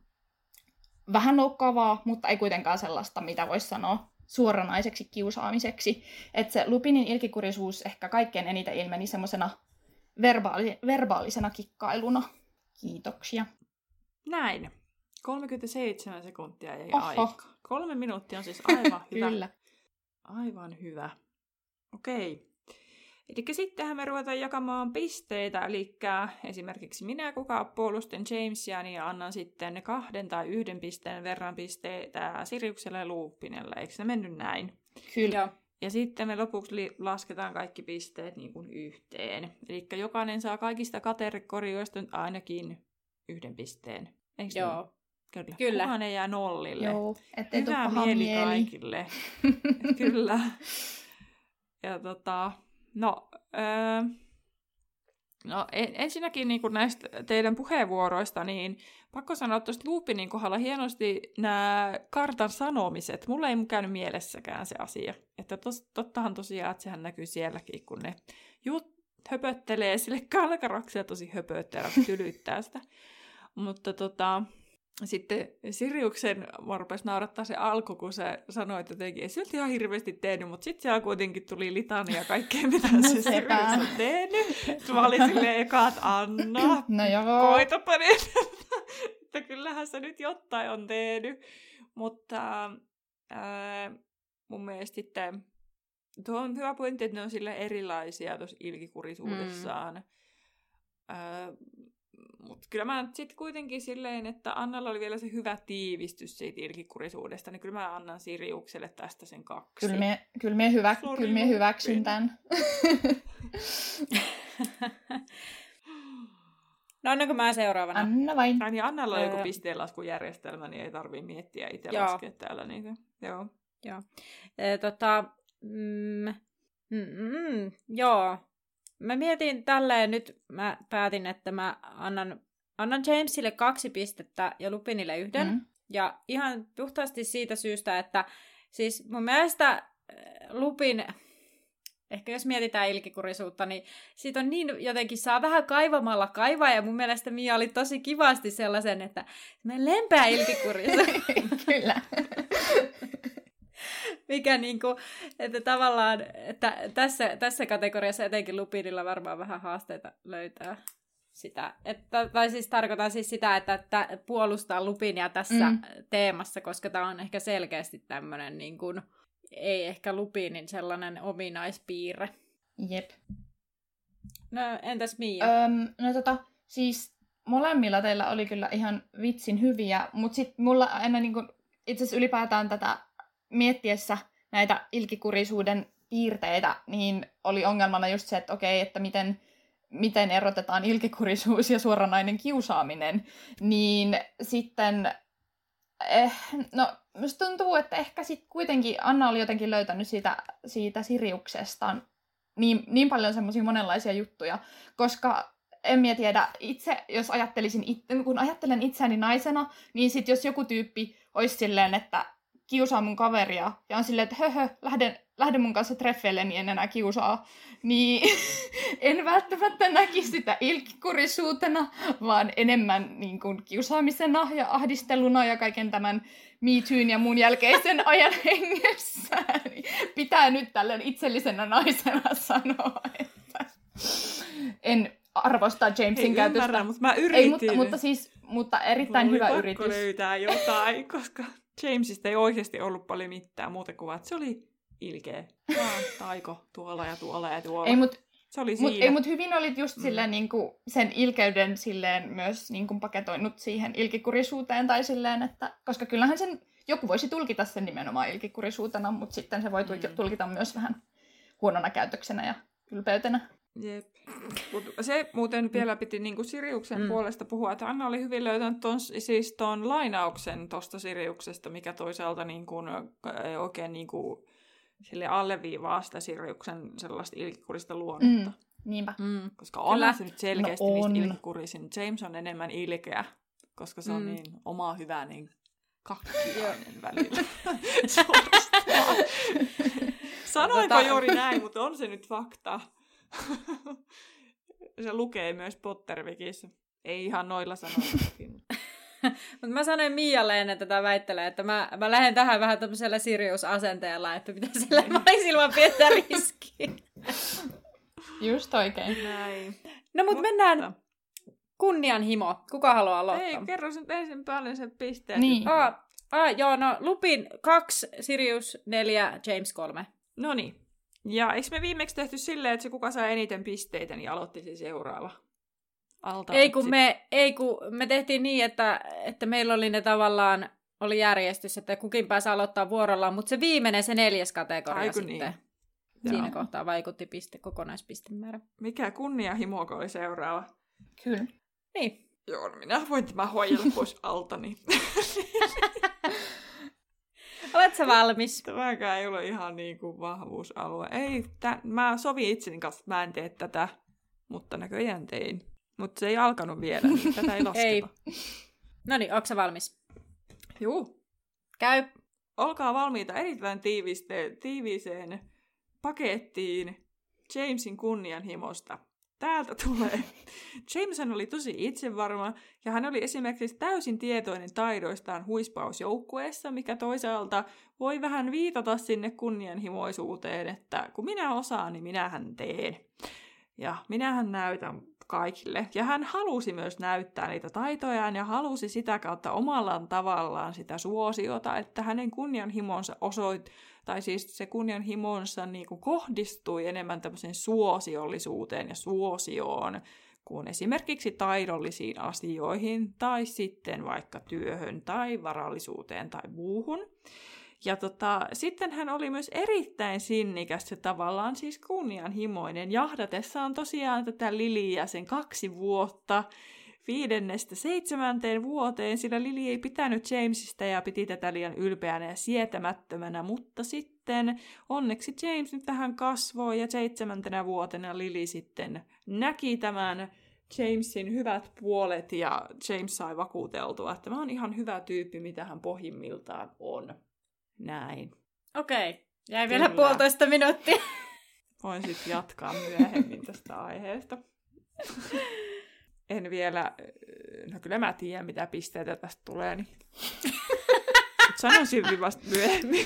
vähän loukkaavaa, mutta ei kuitenkaan sellaista, mitä voisi sanoa suoranaiseksi kiusaamiseksi. Että se Lupinin ilkikurisuus ehkä kaikkein eniten ilmeni semmoisena verbaali- verbaalisena kikkailuna. Kiitoksia. Näin. kolmekymmentäseitsemän sekuntia jäi Oho. aikaa. Kolme minuuttia on siis aivan hyvä. Kyllä. Aivan hyvä. Okei. Eli sittenhän me ruvetaan jakamaan pisteitä, eli esimerkiksi minä, kuka puolustan Jamesia, niin annan sitten kahden tai yhden pisteen verran pisteitä Siriukselle ja Lupinelle. Eikö se mennyt näin? Kyllä. Ja sitten me lopuksi li- lasketaan kaikki pisteet niin kuin yhteen. Eli jokainen saa kaikista kategorioista nyt ainakin yhden pisteen. Eikö Joo. niin? Kyllä. Kyllä. Kukaan ei jää nollille. Joo, ettei tule Hyvä paha mieli, mieli. kaikille. Kyllä. Ja tota, no, öö, no en, ensinnäkin niin kuin näistä teidän puheenvuoroista, niin pakko sanoa tuosta Lupinin kohdalla hienosti nämä kartan sanomiset. Mulla ei mun käynyt mielessäkään se asia. Että tos, tottahan tosiaan, että sehän näkyy sielläkin, kun ne jut, höpöttelee sille Kalkaroksia tosi höpöttelee, tylyttää sitä. Mutta tota... Sitten Siriuksen mua rupesi naurattaa se alku, kun se sanoi, että jotenkin ei se nyt ihan hirveästi tehnyt, mutta sitten siellä kuitenkin tuli litania kaikkea, mitä se Sirius on tehnyt. Mä olin silleen eka, että Anna, No joo. koitapa nyt, että kyllähän se nyt jotain on tehnyt. Mutta ää, mun mielestä sitten tuo on hyvä pointti, että ne on sille erilaisia tuossa ilkikurisuudessaan. Mm. Ää, Mutta kyllä mä sitten kuitenkin silleen, että Annalla oli vielä se hyvä tiivistys siitä ilkikurisuudesta, niin kyllä mä annan Siriukselle tästä sen kaksi. Kyllä me, kyllä me, hyvä, Sorry, kyllä me hyväksyn Lupin. tämän. No annanko mä seuraavana? Anna vain. Ai niin, Annalla on joku Öö. pisteenlaskujärjestelmä, niin ei tarvii miettiä itse Joo. laskea täällä niitä. Joo. Joo. E, tota, mm, mm, mm, joo. Mä mietin tälleen nyt, mä päätin, että mä annan, annan Jamesille kaksi pistettä ja Lupinille yhden. Mm. Ja ihan puhtaasti siitä syystä, että siis mun mielestä Lupin, ehkä jos mietitään ilkikurisuutta, niin siitä on niin jotenkin saa vähän kaivamalla kaivaa, ja mun mielestä Mia oli tosi kivasti sellaisen, että me lempeä ilkikurisuus. Kyllä. Mikä niinku, että tavallaan, että tässä, tässä kategoriassa etenkin Lupinilla varmaan vähän haasteita löytää sitä. Että, tai siis tarkoitan siis sitä, että, että puolustaa Lupinia tässä mm. teemassa, koska tämä on ehkä selkeästi tämmöinen, niin kuin, ei ehkä Lupinin sellainen ominaispiirre. Jep. No entäs Mia? Öm, no tota, siis molemmilla teillä oli kyllä ihan vitsin hyviä, mutta sitten mulla aina niinku, itse asiassa ylipäätään tätä miettiessä näitä ilkikurisuuden piirteitä, niin oli ongelmana just se, että okei, että miten, miten erotetaan ilkikurisuus ja suoranainen kiusaaminen, niin sitten, eh, no musta tuntuu, että ehkä sitten kuitenkin Anna oli jotenkin löytänyt siitä, siitä Siriuksesta niin, niin paljon semmoisia monenlaisia juttuja, koska en minä tiedä, itse, jos ajattelisin, itse, kun ajattelen itseäni naisena, niin sitten jos joku tyyppi olisi silleen, että kiusaa mun kaveria, ja on silleen, että höhö, lähden, lähden mun kanssa treffeille, niin en enää kiusaa, niin en välttämättä näkisi sitä ilkikurisuutena, vaan enemmän niin kuin kiusaamisena ja ahdisteluna ja kaiken tämän Me Toon ja mun jälkeisen ajan hengessä. Pitää nyt tällöin itsellisenä naisena sanoa, että en arvosta Jamesin Ei käytöstä. ymmärrä, mutta mä yritin. Ei, mutta, mutta, siis, mutta erittäin Mulla hyvä oli yritys. pakko löytää jotain, koska Jamesista ei oikeasti ollut paljon mitään muuta kuin, että se oli ilkeä. Vaan taiko tuolla ja tuolla ja tuolla. Ei, mut, se oli mut, siinä. ei, mut hyvin olit just Mm. silleen, niin kuin, sen ilkeyden silleen myös niin kuin paketoinut siihen ilkikurisuuteen tai silleen, että, koska kyllähän sen, joku voisi tulkita sen nimenomaan ilkikurisuutena, mutta sitten se voi Mm. tulkita myös vähän huonona käytöksenä ja ylpeytenä. Jep. Mut se muuten vielä piti niinku Siriuksen mm. puolesta puhua, että Anna oli hyvin löytänyt ton, siis ton lainauksen tuosta Siriuksesta, mikä toisaalta niinku, oikein niinku, sille alleviivaa sitä Siriuksen sellaista ilkikurista luonnetta. Mm. Niinpä. Mm. Koska onhan se nyt selkeästi no on. Niistä ilkikurisin. James on enemmän ilkeä, koska se on mm. niin oma hyvä niin kakkiainen välillä. Sanoinko tota... juuri näin, mutta on se nyt fakta. Se lukee myös Pottervikissä. Ei ihan noilla sanoilla. Mutta mä sanoin Mialle ennen tätä väittelee, että mä, mä lähden tähän vähän tämmöisellä Sirius-asenteella, että pitää sillä naisilman pientä riskiä. Just oikein. Näin. No mut mutta... mennään kunnianhimo. Kuka haluaa aloittaa? Ei, kerro sen ensin päälle sen pisteen. Niin. Ah, ah, joo, no Lupin kaksi, Sirius neljä, James kolme. Noniin. Ja eikö me viimeksi tehty silleen, että se kuka saa eniten pisteitä, niin aloitti se seuraava? Alta ei, kun me, ei kun me tehtiin niin, että, että meillä oli ne tavallaan, oli järjestys, että kukin pääsi aloittaa vuorollaan, mutta se viimeinen, se neljäs kategoria Aiku sitten. Niin. Siinä Joo. kohtaa vaikutti piste, kokonaispistemäärä. Mikä kunnianhimo oli seuraava? Kyllä. Niin. Joo, minä voin tämän hoijella pois altani. Oletko valmis? Tämäkään ei ole ihan niin kuin vahvuusalue. Ei, tä, mä sovin itseni kanssa, että mä en tee tätä, mutta näköjään tein. Mutta se ei alkanut vielä, niin tätä ei lasketa. Ei. Noniin, ootko sä valmis? Juu. Käy. Olkaa valmiita erittäin tiiviste, tiiviiseen pakettiin Jamesin kunnianhimosta. Täältä tulee. Jameson oli tosi itsevarma, ja hän oli esimerkiksi täysin tietoinen taidoistaan huispausjoukkueessa, mikä toisaalta voi vähän viitata sinne kunnianhimoisuuteen, että kun minä osaan, niin minähän teen. Ja minähän näytän kaikille. Ja hän halusi myös näyttää niitä taitojaan ja halusi sitä kautta omalla tavallaan sitä suosiota, että hänen kunnianhimonsa osoit, tai siis se kunnianhimonsa niin kuin kohdistui enemmän tämmöiseen suosiollisuuteen ja suosioon kuin esimerkiksi taidollisiin asioihin tai sitten vaikka työhön tai varallisuuteen tai muuhun. Ja tota, sitten hän oli myös erittäin sinnikäs ja tavallaan siis kunnianhimoinen jahdatessaan tosiaan tätä Liliä sen kaksi vuotta viidennestä seitsemänteen vuoteen, sillä Lili ei pitänyt Jamesista ja piti tätä liian ylpeänä ja sietämättömänä, mutta sitten onneksi James nyt tähän kasvoi ja seitsemäntenä vuotena Lili sitten näki tämän Jamesin hyvät puolet ja James sai vakuuteltua, että tämä on ihan hyvä tyyppi, mitä hän pohjimmiltaan on. Näin. Okei, okay. Jäi Kyllä. vielä puolitoista minuuttia. Voin sitten jatkaa myöhemmin tästä aiheesta. En vielä, no kyllä mä tiedän mitä pisteitä tästä tulee, niin sanon silti vasta myöhemmin.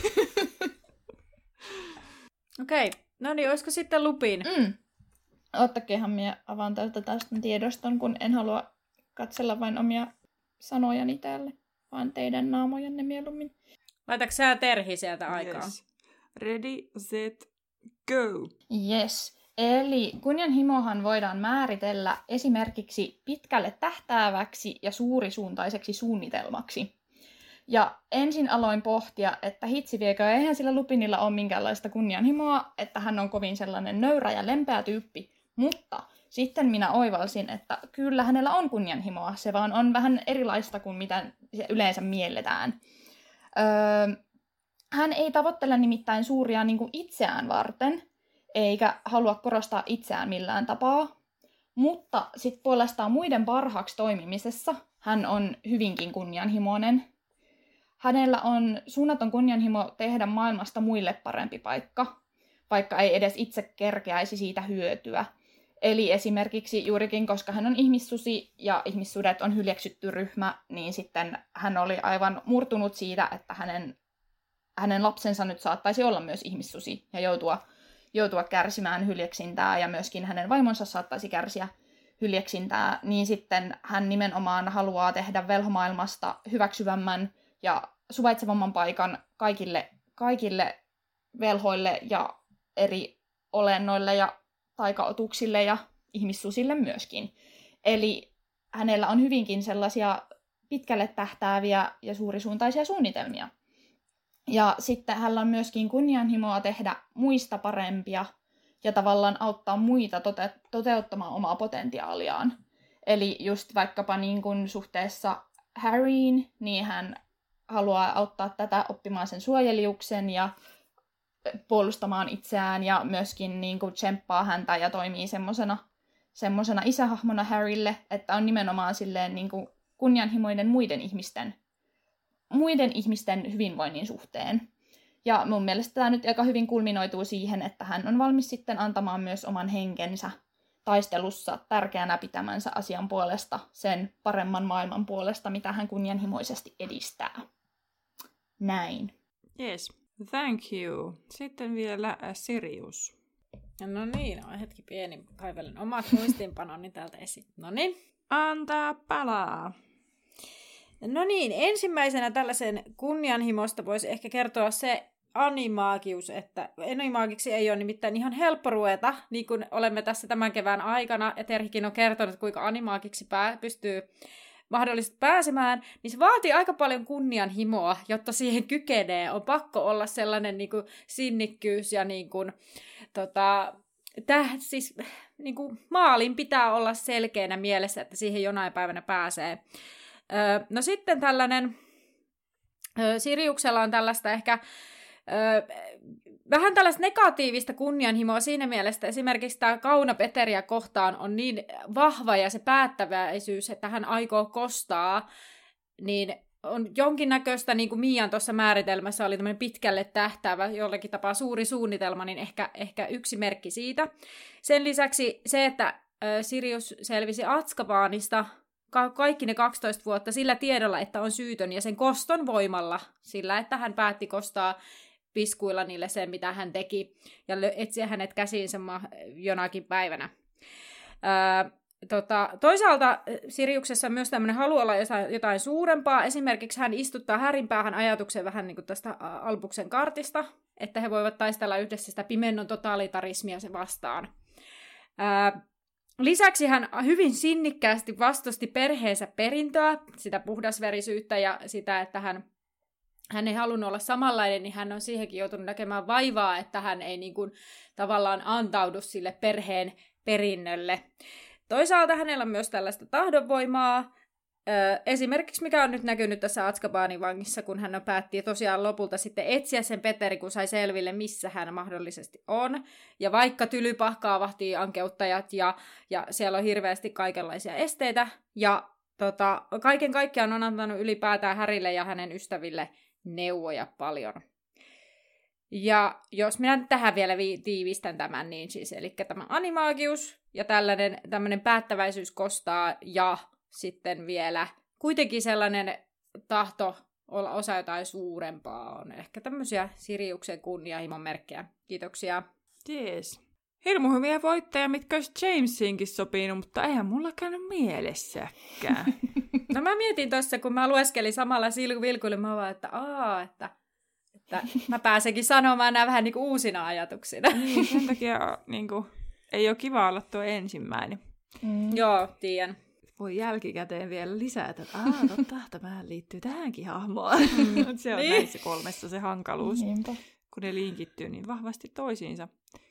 Okei, okay. No niin, olisiko sitten Lupin? Mm. Ottakehan minä avaan tältä tästä tiedoston, kun en halua katsella vain omia sanojani täällä, vaan teidän naamojanne mieluummin. Laitatko sä Terhi sieltä aikaa? Yes. Ready, set, go! Yes. Eli kunnianhimohan voidaan määritellä esimerkiksi pitkälle tähtääväksi ja suurisuuntaiseksi suunnitelmaksi. Ja ensin aloin pohtia, että hitsi viekö, eihän sillä Lupinilla ole minkäänlaista kunnianhimoa, että hän on kovin sellainen nöyrä ja lempeä tyyppi. Mutta sitten minä oivalsin, että kyllä hänellä on kunnianhimoa, se vaan on vähän erilaista kuin mitä yleensä mielletään. Öö, hän ei tavoittele nimittäin suuria niin kuin itseään varten, eikä halua korostaa itseään millään tapaa. Mutta sitten puolestaan muiden parhaaksi toimimisessa hän on hyvinkin kunnianhimoinen. Hänellä on suunnaton kunnianhimo tehdä maailmasta muille parempi paikka, vaikka ei edes itse kerkeäisi siitä hyötyä. Eli esimerkiksi juurikin, koska hän on ihmissusi ja ihmissudet on hyljeksytty ryhmä, niin sitten hän oli aivan murtunut siitä, että hänen, hänen lapsensa nyt saattaisi olla myös ihmissusi ja joutua, joutua kärsimään hyljeksintää ja myöskin hänen vaimonsa saattaisi kärsiä hyljeksintää, niin sitten hän nimenomaan haluaa tehdä velhomaailmasta hyväksyvämmän ja suvaitsevamman paikan kaikille, kaikille velhoille ja eri olennoille ja taikaotuksille ja ihmissusille myöskin. Eli hänellä on hyvinkin sellaisia pitkälle tähtääviä ja suurisuuntaisia suunnitelmia. Ja sitten hänellä on myöskin kunnianhimoa tehdä muista parempia ja tavallaan auttaa muita tote- toteuttamaan omaa potentiaaliaan. Eli just vaikkapa niin kuin suhteessa Harryin, niin hän haluaa auttaa tätä oppimaan sen suojeliuksen ja puolustamaan itseään ja myöskin niin kuin tsemppaa häntä ja toimii semmosena semmosena isähahmona Harrylle, että on nimenomaan silleen niin kuin kunnianhimoinen muiden ihmisten, muiden ihmisten hyvinvoinnin suhteen. Ja mun mielestä tämä nyt aika hyvin kulminoituu siihen, että hän on valmis sitten antamaan myös oman henkensä taistelussa tärkeänä pitämänsä asian puolesta, sen paremman maailman puolesta, mitä hän kunnianhimoisesti edistää. Näin. Yes, thank you. Sitten vielä Sirius. No niin, on hetki pieni. Kaivelen omat muistiinpanoni täältä esiin. No niin. Antaa palaa. No niin, ensimmäisenä tällaisen kunnianhimosta voisi ehkä kertoa se animaagius, että animaagiksi ei ole nimittäin ihan helppo ruveta, niin kuin olemme tässä tämän kevään aikana, ja Terhikin on kertonut, kuinka animaagiksi pää- pystyy mahdollisesti pääsemään, niin se vaatii aika paljon kunnianhimoa, jotta siihen kykenee. On pakko olla sellainen niin kuin sinnikkyys ja niin kuin, tota, täh, siis, niin kuin maalin pitää olla selkeänä mielessä, että siihen jonain päivänä pääsee. Öö, no sitten tällainen, öö, Siriuksella on tällaista ehkä öö, vähän tällaista negatiivista kunnianhimoa siinä mielessä, esimerkiksi tämä kauna Peteriä kohtaan on niin vahva ja se päättäväisyys, että hän aikoo kostaa, niin on jonkinnäköistä, niin kuin Mian tuossa määritelmässä oli tämmöinen pitkälle tähtäävä, jollakin tapaa suuri suunnitelma, niin ehkä, ehkä yksi merkki siitä. Sen lisäksi se, että Sirius selvisi Azkabanista kaikki ne kaksitoista vuotta sillä tiedolla, että on syytön ja sen koston voimalla, sillä että hän päätti kostaa piskuilla niille sen, mitä hän teki, ja etsiä hänet käsiinsä jonakin päivänä. Ää, tota, toisaalta Siriuksessa on myös tämmöinen halu olla jotain suurempaa. Esimerkiksi hän istuttaa Harryn päähän ajatuksen vähän niin kuin tästä Albuksen kartista, että he voivat taistella yhdessä sitä pimennon totalitarismia se vastaan. Ää, Lisäksi hän hyvin sinnikkäästi vastusti perheensä perintöä, sitä puhdasverisyyttä ja sitä, että hän, hän ei halunnut olla samanlainen, niin hän on siihenkin joutunut näkemään vaivaa, että hän ei niin kuin tavallaan antaudu sille perheen perinnölle. Toisaalta hänellä on myös tällaista tahdonvoimaa, esimerkiksi mikä on nyt näkynyt tässä Azkabanin vangissa, kun hän päätti tosiaan lopulta sitten etsiä sen Peteri, kun sai selville, missä hän mahdollisesti on. Ja vaikka Tylypahkaa vahtii ankeuttajat ja, ja siellä on hirveästi kaikenlaisia esteitä, ja tota, kaiken kaikkiaan on antanut ylipäätään Harrylle ja hänen ystäville neuvoja paljon. Ja jos minä nyt tähän vielä vi- tiivistän tämän, niin siis, eli tämä animaagius ja tällainen tämmöinen päättäväisyys kostaa ja sitten vielä kuitenkin sellainen tahto olla osa jotain suurempaa on ehkä tämmöisiä Siriuksen kunnianhimon merkkejä. Kiitoksia. Jees. Hirmu hyviä voittajia, mitkä olisi Jamesiinkin sopinut, mutta eihän mulla käynyt mielessäkään. No mä mietin tuossa, kun mä lueskelin samalla vilkuille, mä vaan, että aa, että, että mä pääsenkin sanomaan nämä vähän niin kuin uusina ajatuksina. Niin, sen takia niin kuin, ei ole kiva olla tuo ensimmäinen. Mm. Joo, tiedän. Voi jälkikäteen vielä lisätä, että aah, totta, tämähän liittyy tähänkin hahmoon. Mm. Se on niin. Näissä kolmessa se hankaluus, Niinpä. Kun ne linkittyy niin vahvasti toisiinsa.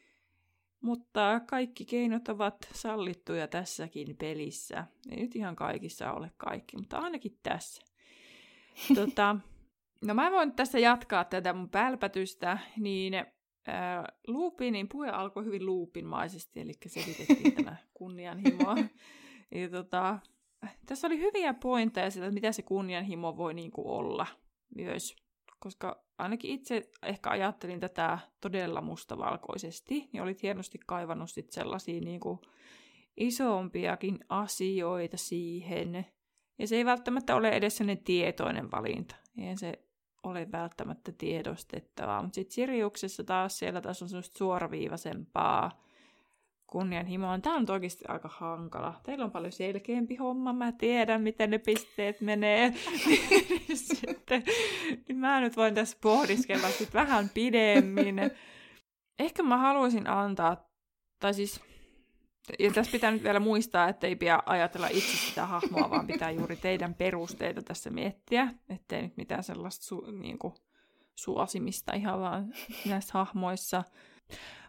Mutta kaikki keinot ovat sallittuja tässäkin pelissä. Ei nyt ihan kaikissa ole kaikki, mutta ainakin tässä. tota, no mä voin tässä jatkaa tätä mun pälpätystä, niin äh, Lupinin puhe alkoi hyvin Lupinmaisesti, eli selitettiin tämä kunnianhimoa. Ja tota, tässä oli hyviä pointteja siitä, että mitä se kunnianhimo voi niinku olla myös. Koska ainakin itse ehkä ajattelin tätä todella mustavalkoisesti, niin olit hienosti kaivannut sit sellaisia niinku isompiakin asioita siihen. Ja se ei välttämättä ole edes sellainen tietoinen valinta. Eihän se ole välttämättä tiedostettavaa. Mutta sitten Siriuksessa taas siellä taas on semmoista suoraviivaisempaa kunnianhimoa. Tämä on oikeasti aika hankala. Teillä on paljon selkeämpi homma. Mä tiedän, miten ne pisteet menee. Sitten, niin mä nyt voin tässä pohdiskella sit vähän pidemmin. Ehkä mä haluaisin antaa, tai siis, ja tässä pitää nyt vielä muistaa, että ei pidä ajatella itse sitä hahmoa, vaan pitää juuri teidän perusteita tässä miettiä. Ettei nyt mitään sellaista su, niin kuin, suosimista ihan vaan näissä hahmoissa.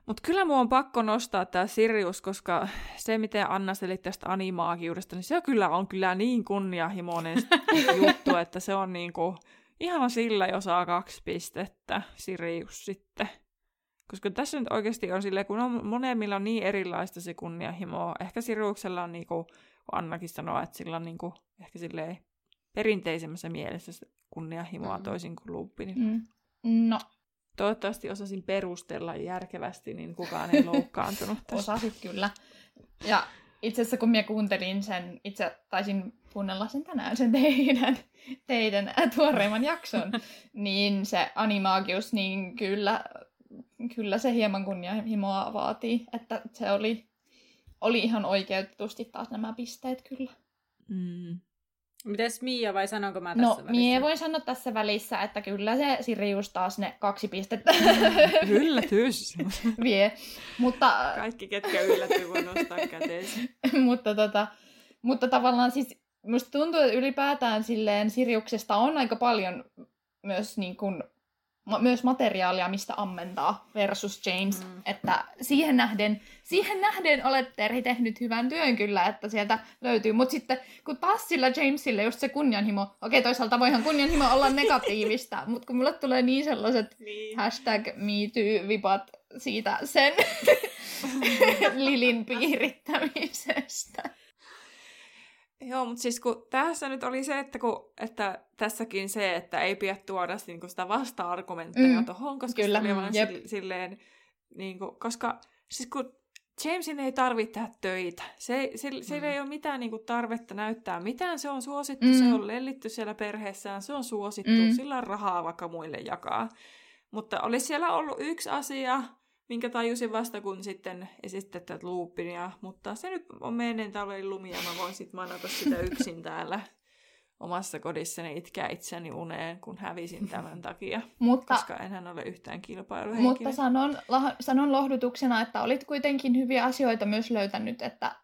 Mutta kyllä mun on pakko nostaa tää Sirius, koska se, miten Anna selitti tästä animaagiudesta, niin se kyllä on kyllä niin kunnianhimoinen juttu, että se on niinku ihan sillä, jos saa kaksi pistettä Sirius sitten. Koska tässä nyt oikeasti on silleen, kun on, monemmilla on niin erilaista se kunnianhimoa. Ehkä Siriuksella on, niin kuin Annakin sanoo, että sillä on niin kuin, ehkä silleen perinteisemmässä mielessä se kunnianhimoa mm. toisin kuin Lupinilla. Mm. No. Toivottavasti osasin perustella järkevästi, niin kukaan ei loukkaantunut tästä. Osasit kyllä. Ja itse asiassa kun minä kuuntelin sen, itse taisin kuunnella sen tänään, sen teidän, teidän tuoreimman jakson, niin se animaagius, niin kyllä... Kyllä se hieman kunnianhimoa vaatii, että se oli, oli ihan oikeutetusti taas nämä pisteet kyllä. Mm. Mites Mia, vai sanonko mä tässä no, välissä? No, Mia voi sanoa tässä välissä, että kyllä se Sirius taas ne kaksi pistettä Yllätys! vie. Mutta, kaikki, ketkä yllätyy, voi nostaa käteensä. mutta, tota, mutta tavallaan siis musta tuntuu, että ylipäätään silleen Siriuksesta on aika paljon myös niin kuin myös materiaalia, mistä ammentaa versus James, mm. että siihen nähden, siihen nähden olet Terhi tehnyt hyvän työn kyllä, että sieltä löytyy, mutta sitten kun taas sillä Jamesille just se kunnianhimo, okei toisaalta voihan kunnianhimo olla negatiivista, mutta kun mulle tulee niin sellaiset niin. hashtag MeToo-vipat siitä sen Lilin piirittämisestä. Joo, mutta siis kun tässä nyt oli se, että, kun, että tässäkin se, että ei pidä tuoda niin sitä vasta-argumentteja mm. tuohon, koska kyllä, se oli vaan jep. silleen, niin kuin, koska siis kun Jamesin ei tarvitse tehdä töitä, se, se, mm. sillä ei ole mitään niin kuin, tarvetta näyttää mitään, se on suosittu, mm. se on lellitty siellä perheessään, se on suosittu, mm. sillä on rahaa vaikka muille jakaa. Mutta olisi siellä ollut yksi asia, minkä tajusin vasta, kun sitten esitetään Lupinia, mutta se nyt on menneen talven lumia, mä voin sitten manata sitä yksin täällä omassa kodissani itkää itseni uneen, kun hävisin tämän takia, mutta, koska enhän ole yhtään kilpailuhenkilö. Mutta sanon, sanon lohdutuksena, että olit kuitenkin hyviä asioita myös löytänyt, että...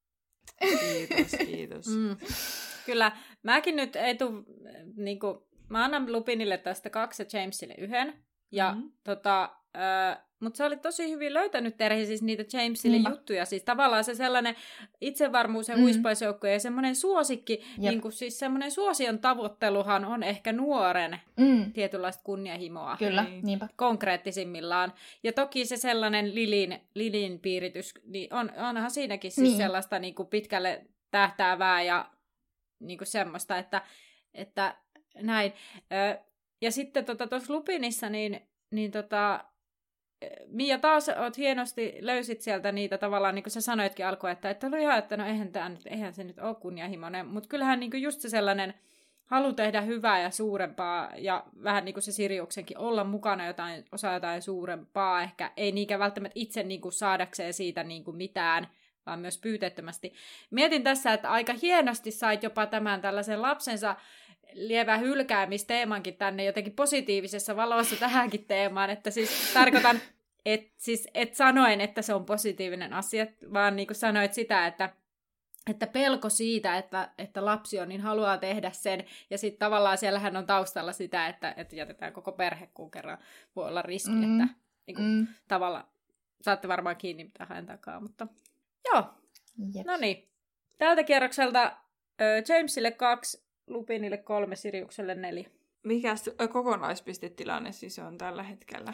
Kiitos, kiitos. Mm. Kyllä, mäkin nyt ei tuu, niin kuin, mä annan Lupinille tästä kaksi ja Jamesille yhden, ja mm-hmm. tota... Öö, mutta se oli tosi hyvin löytänyt Terhi siis niitä Jamesille mm. juttuja. Siis tavallaan se sellainen itsevarmuus ja mm. huispaisjoukko ja semmoinen suosikki, niin kuin siis semmoinen suosion tavoitteluhan on ehkä nuoren mm. tietynlaista kunnianhimoa. Kyllä, niin. niinpä. Konkreettisimmillaan. Ja toki se sellainen Lilin, Lilin piiritys, niin on, onhan siinäkin siis niin. sellaista niin kuin pitkälle tähtäävää ja niin kuin semmoista, että, että näin. Ö, ja sitten tuossa tota, Lupinissa, niin, niin tota... Mia, taas oot hienosti, löysit sieltä niitä tavallaan, niin kuin sä sanoitkin alkuun, että, että oli ihan, että no eihän, tää nyt, eihän se nyt ole kunnianhimoinen, mutta kyllähän niin kuin just se sellainen halu tehdä hyvää ja suurempaa, ja vähän niin kuin se Siriuksenkin olla mukana jotain, osa jotain suurempaa, ehkä ei niinkään välttämättä itse niin kuin saadakseen siitä niin kuin mitään, vaan myös pyyteettömästi. Mietin tässä, että aika hienosti sait jopa tämän tällaisen lapsensa lievä hylkäämisteemankin tänne jotenkin positiivisessa valossa tähänkin teemaan, että siis tarkoitan, et, siis et sanoen, että se on positiivinen asia, vaan niin kuin sanoit sitä, että, että pelko siitä, että, että lapsi on, niin haluaa tehdä sen, ja sitten tavallaan siellähän on taustalla sitä, että, että jätetään koko perhe, kun kerran voi olla riski, mm. että niin kuin, mm. tavallaan saatte varmaan kiinni, mitä haen takaa, mutta joo, no niin, tältä kierrokselta äh, Jamesille kaksi, Lupinille kolme, Siriukselle neljä. Mikäs kokonaispistetilanne siis on tällä hetkellä?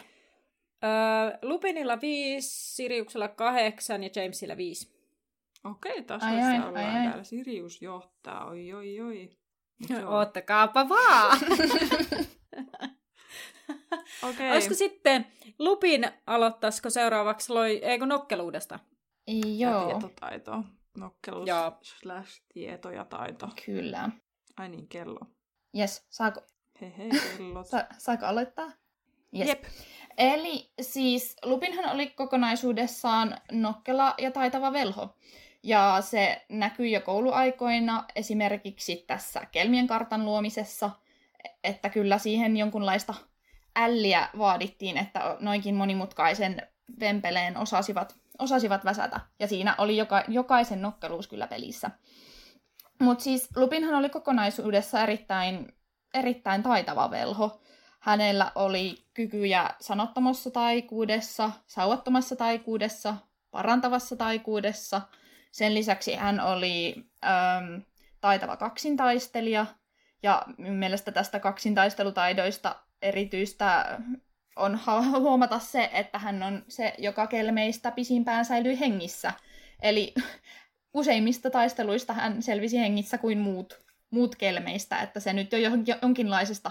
Öö, Lupinilla viisi, Siriuksella kahdeksan ja Jamesillä viisi. Okei, tasoissa ollaan ai, täällä. Ai. Sirius johtaa, oi oi oi. Oottakaapa vaan! Okay. Olisiko sitten Lupin aloittaisiko seuraavaksi loi, eikö nokkeluudesta? Joo. Tietotaito. Nokkeluus Joo. slash tieto ja taito. Kyllä. Ai niin, kello. Jes, saako... Hei hei, kellot. Sa- saako aloittaa? Yes. Jep. Eli siis Lupinhan oli kokonaisuudessaan nokkela ja taitava velho. Ja se näkyi jo kouluaikoina esimerkiksi tässä Kelmien kartan luomisessa, että kyllä siihen jonkunlaista älliä vaadittiin, että noinkin monimutkaisen vempeleen osasivat, osasivat väsätä. Ja siinä oli joka, jokaisen nokkeluus kyllä pelissä. Mutta siis Lupinhan oli kokonaisuudessa erittäin, erittäin taitava velho. Hänellä oli kykyjä sanottomassa taikuudessa, sauvattomassa taikuudessa, parantavassa taikuudessa. Sen lisäksi hän oli äm, taitava kaksintaistelija. Ja mielestä tästä kaksintaistelutaidoista erityistä on huomata se, että hän on se, joka kelmeistä pisimpään säilyi hengissä. Eli useimmista taisteluista hän selvisi hengissä kuin muut, muut kelmeistä, että se nyt jo jonkinlaisesta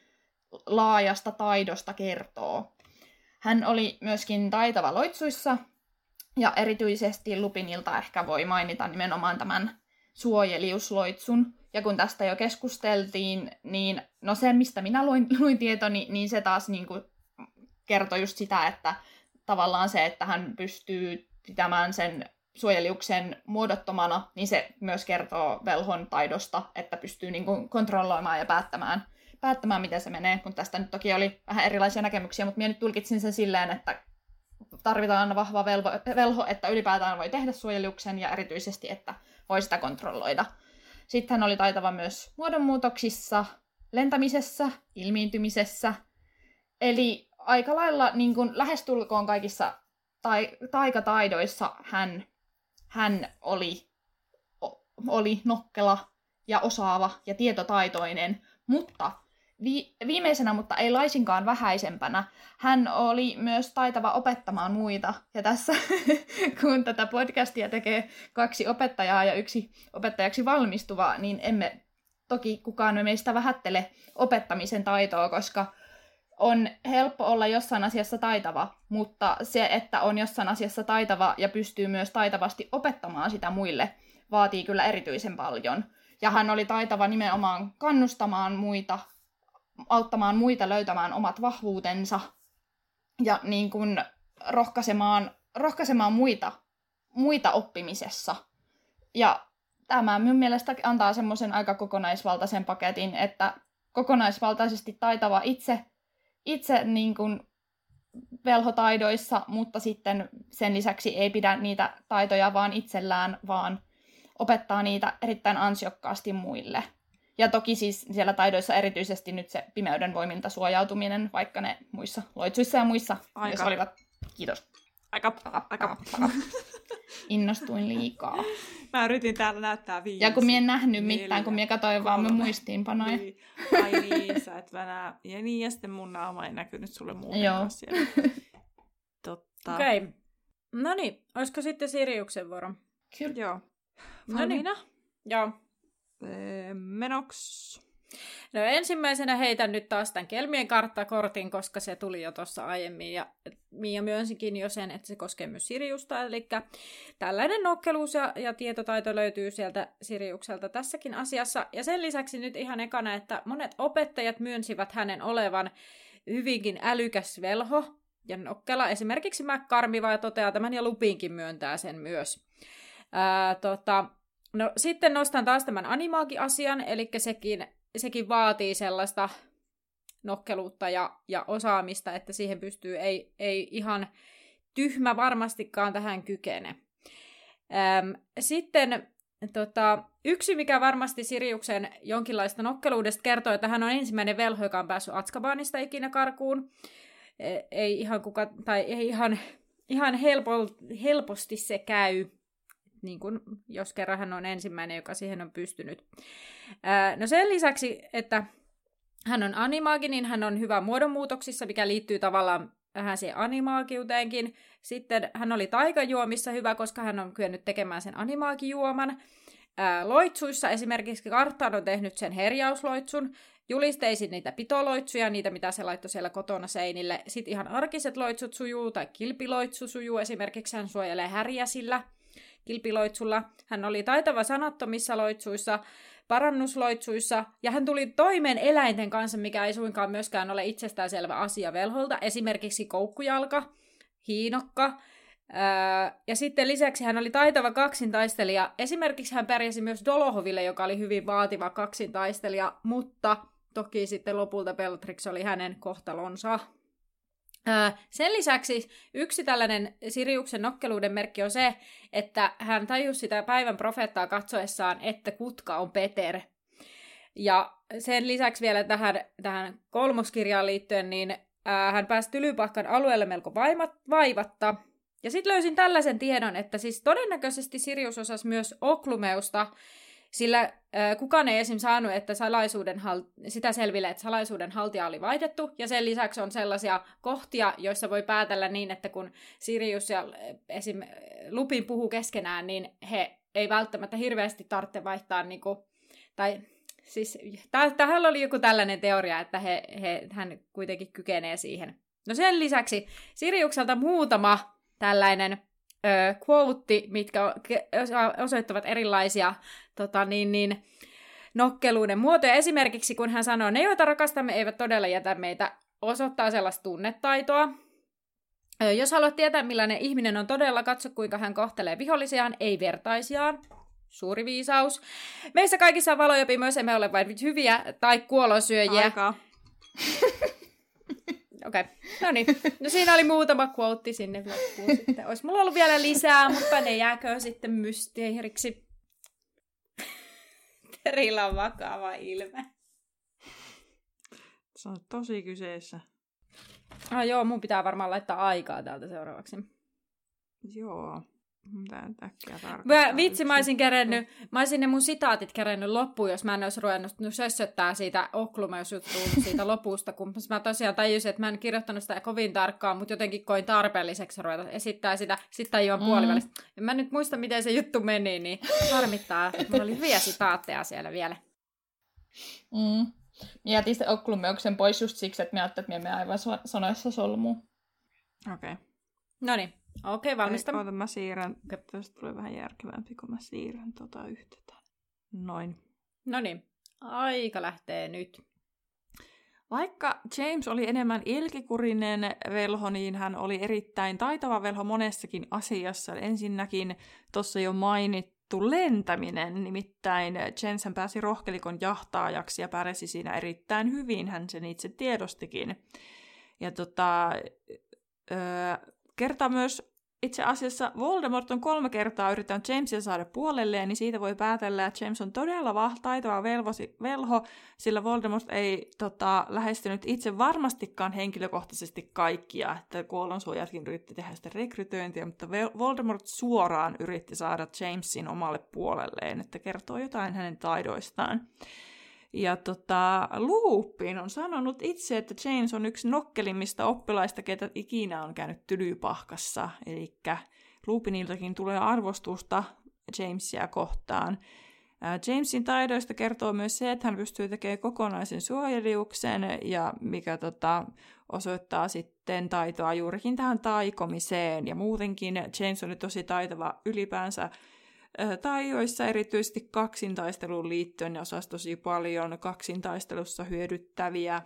laajasta taidosta kertoo. Hän oli myöskin taitava loitsuissa, ja erityisesti Lupinilta ehkä voi mainita nimenomaan tämän suojeliusloitsun. Ja kun tästä jo keskusteltiin, niin no se, mistä minä luin, luin tietoni, niin se taas niin kuin kertoi just sitä, että tavallaan se, että hän pystyy pitämään sen suojeliuksen muodottomana, niin se myös kertoo velhon taidosta, että pystyy niin kuin kontrolloimaan ja päättämään, päättämään, miten se menee. Kun tästä nyt toki oli vähän erilaisia näkemyksiä, mutta minä nyt tulkitsin sen silleen, että tarvitaan vahva velvo, velho, että ylipäätään voi tehdä suojeliuksen ja erityisesti, että voi sitä kontrolloida. Sitten hän oli taitava myös muodonmuutoksissa, lentämisessä, ilmiintymisessä. Eli aika lailla niin kuin lähestulkoon kaikissa tai, taikataidoissa hän, hän oli, oli nokkela ja osaava ja tietotaitoinen, mutta vi, viimeisenä, mutta ei laisinkaan vähäisempänä, hän oli myös taitava opettamaan muita. Ja tässä, kun tätä podcastia tekee kaksi opettajaa ja yksi opettajaksi valmistuva, niin emme toki kukaan meistä vähättele opettamisen taitoa, koska on helppo olla jossain asiassa taitava, mutta se, että on jossain asiassa taitava ja pystyy myös taitavasti opettamaan sitä muille, vaatii kyllä erityisen paljon. Ja hän oli taitava nimenomaan kannustamaan muita, auttamaan muita löytämään omat vahvuutensa ja niin kuin rohkaisemaan, rohkaisemaan muita, muita oppimisessa. Ja tämä minun mielestä antaa semmoisen aika kokonaisvaltaisen paketin, että kokonaisvaltaisesti taitava itse, itse niin kuin velhotaidoissa, mutta sitten sen lisäksi ei pidä niitä taitoja vaan itsellään, vaan opettaa niitä erittäin ansiokkaasti muille. Ja toki siis siellä taidoissa erityisesti nyt se pimeyden voimilta suojautuminen, vaikka ne muissa loitsuissa ja muissa aika. Jos olivat. Kiitos. Aika, aika. Innostuin liikaa. Mä yritin täällä näyttää viisi. Ja kun mie en nähnyt mitään, kun mie katsoin vaan mun muistiinpanoja. Ai niin, sä et vänää. Ja niin, ja sitten mun naama ei näkynyt sulle muutenkaan siellä. Totta. Okei. Okay. No niin, olisiko sitten Siriuksen vuoro? Kyllä. Joo. Valmiina? Joo. Öö, menoks. No ensimmäisenä heitän nyt taas tämän Kelmien karttakortin, koska se tuli jo tuossa aiemmin, ja Mia myönsikin jo sen, että se koskee myös Siriusta, eli tällainen nokkeluus ja, ja tietotaito löytyy sieltä Siriukselta tässäkin asiassa, ja sen lisäksi nyt ihan ekana, että monet opettajat myönsivät hänen olevan hyvinkin älykäs velho ja nokkela, esimerkiksi McCarmiva toteaa tämän, ja Lupinkin myöntää sen myös. Ää, tota, no sitten nostan taas tämän animaagi-asian, eli sekin Sekin vaatii sellaista nokkeluutta ja, ja osaamista, että siihen pystyy, ei, ei ihan tyhmä varmastikaan tähän kykene. Ähm, sitten tota, yksi, mikä varmasti Siriuksen jonkinlaista nokkeluudesta kertoo, että hän on ensimmäinen velho, joka on päässyt Azkabanista ikinä karkuun. Ei ihan, kuka, tai ei ihan, ihan helpo, helposti se käy. Niin kuin, jos kerran hän on ensimmäinen, joka siihen on pystynyt. Ää, no sen lisäksi, että hän on animaagi, niin hän on hyvä muodonmuutoksissa, mikä liittyy tavallaan vähän siihen animaagiuteenkin. Sitten hän oli taikajuomissa hyvä, koska hän on kyennyt tekemään sen animaagijuoman. Ää, loitsuissa esimerkiksi Karttaan on tehnyt sen herjausloitsun. Julisteisin niitä pitoloitsuja, niitä mitä se laittoi siellä kotona seinille. Sitten ihan arkiset loitsut sujuu, tai kilpiloitsu sujuu esimerkiksi, hän suojelee härjäsillä. Kilpiloitsulla. Hän oli taitava sanattomissa loitsuissa, parannusloitsuissa, ja hän tuli toimeen eläinten kanssa, mikä ei suinkaan myöskään ole itsestäänselvä asia velholta. Esimerkiksi koukkujalka, hiinokka, ää, ja sitten lisäksi hän oli taitava kaksintaistelija. Esimerkiksi hän pärjäsi myös Dolohoville, joka oli hyvin vaativa kaksintaistelija, mutta toki sitten lopulta Bellatrix oli hänen kohtalonsa. Sen lisäksi yksi tällainen Siriuksen nokkeluuden merkki on se, että hän tajusi sitä päivän profeettaa katsoessaan, että kutka on Peter. Ja sen lisäksi vielä tähän, tähän kolmoskirjaan liittyen, niin ää, hän pääsi Tylypahkan alueelle melko vaimat, vaivatta. Ja sitten löysin tällaisen tiedon, että siis todennäköisesti Sirius osasi myös Oklumeusta, sillä äh, kukaan ei esim. Saanut että salaisuuden hal- sitä selville, että salaisuuden haltija oli vaihdettu, ja sen lisäksi on sellaisia kohtia, joissa voi päätellä niin, että kun Sirius ja esim. Lupin puhuu keskenään, niin he ei välttämättä hirveästi tarvitse vaihtaa, niin kuin, tai siis tähän oli joku tällainen teoria, että he, he, hän kuitenkin kykenee siihen. No sen lisäksi Siriukselta muutama tällainen ö, quote, mitkä osoittavat erilaisia tota, niin, niin, nokkeluuden muotoja. Esimerkiksi kun hän sanoo, ne joita rakastamme eivät todella jätä meitä, osoittaa sellaista tunnetaitoa. Ö, jos haluat tietää millainen ihminen on todella, katso kuinka hän kohtelee vihollisiaan, ei vertaisiaan. Suuri viisaus. Meissä kaikissa on valojopi, myös emme ole vain hyviä tai kuolonsyöjiä. Aikaa. Okei, okay. No niin. No siinä oli muutama quote sinne loppuun sitten. Olisi mulla ollut vielä lisää, mutta ne jääkö sitten mysteeriksi. Terillä on vakava ilme. Se on tosi kyseessä. Ah joo, mun pitää varmaan laittaa aikaa täältä seuraavaksi. Joo. Mitä nyt äkkiä tarkoittaa? Mä, vitsi, mä olisin kerennyt, mä olisin ne mun sitaatit kerennyt loppuun, jos mä en olisi ruvennut sössöttää siitä Oklumeus-juttuun siitä lopusta, kun mä tosiaan tajusin, että mä en kirjoittanut sitä kovin tarkkaan, mutta jotenkin koin tarpeelliseksi ruveta esittää sitä, sitten juon puolivälistä. Mm. Mä nyt muista, miten se juttu meni, niin harmittaa. Mulla oli hyviä sitaatteja siellä vielä. Mm. Mä jätin sitten Oklumeuksen pois just siksi, että mä ajattelin, että me emme aivan sanoissa solmuun. Okei. Okay. Noniin. Okei, okay, valmista. Oota, mä siirrän. Tästä tulee vähän järkevämpi, kun mä siirrän tota yhtä. Noin. Noniin. Aika lähtee nyt. Vaikka James oli enemmän ilkikurinen velho, niin hän oli erittäin taitava velho monessakin asiassa. Ensinnäkin tuossa jo mainittu lentäminen, nimittäin James hän pääsi rohkelikon jahtaajaksi ja pärjäsi siinä erittäin hyvin, hän sen itse tiedostikin. Ja tota... Öö, kertaa myös itse asiassa Voldemort on kolme kertaa yrittänyt Jamesia saada puolelleen, niin siitä voi päätellä, että James on todella vah- taitava velvosi, velho, sillä Voldemort ei tota, lähestynyt itse varmastikaan henkilökohtaisesti kaikkia, että kuolonsuojatkin yritti tehdä sitä rekrytointia, mutta Voldemort suoraan yritti saada Jamesin omalle puolelleen, että kertoo jotain hänen taidoistaan. Ja tota, Lupin on sanonut itse, että James on yksi nokkelimmista oppilaista, ketä ikinä on käynyt Tylypahkassa. Eli Lupiniltakin tulee arvostusta Jamesia kohtaan. Jamesin taidoista kertoo myös se, että hän pystyy tekemään kokonaisen suojeliuksen, ja mikä tota, osoittaa sitten taitoa juurikin tähän taikomiseen. Ja muutenkin James on tosi taitava ylipäänsä taidoissa, erityisesti kaksintaisteluun liittyen, ne osasi tosi paljon kaksintaistelussa hyödyttäviä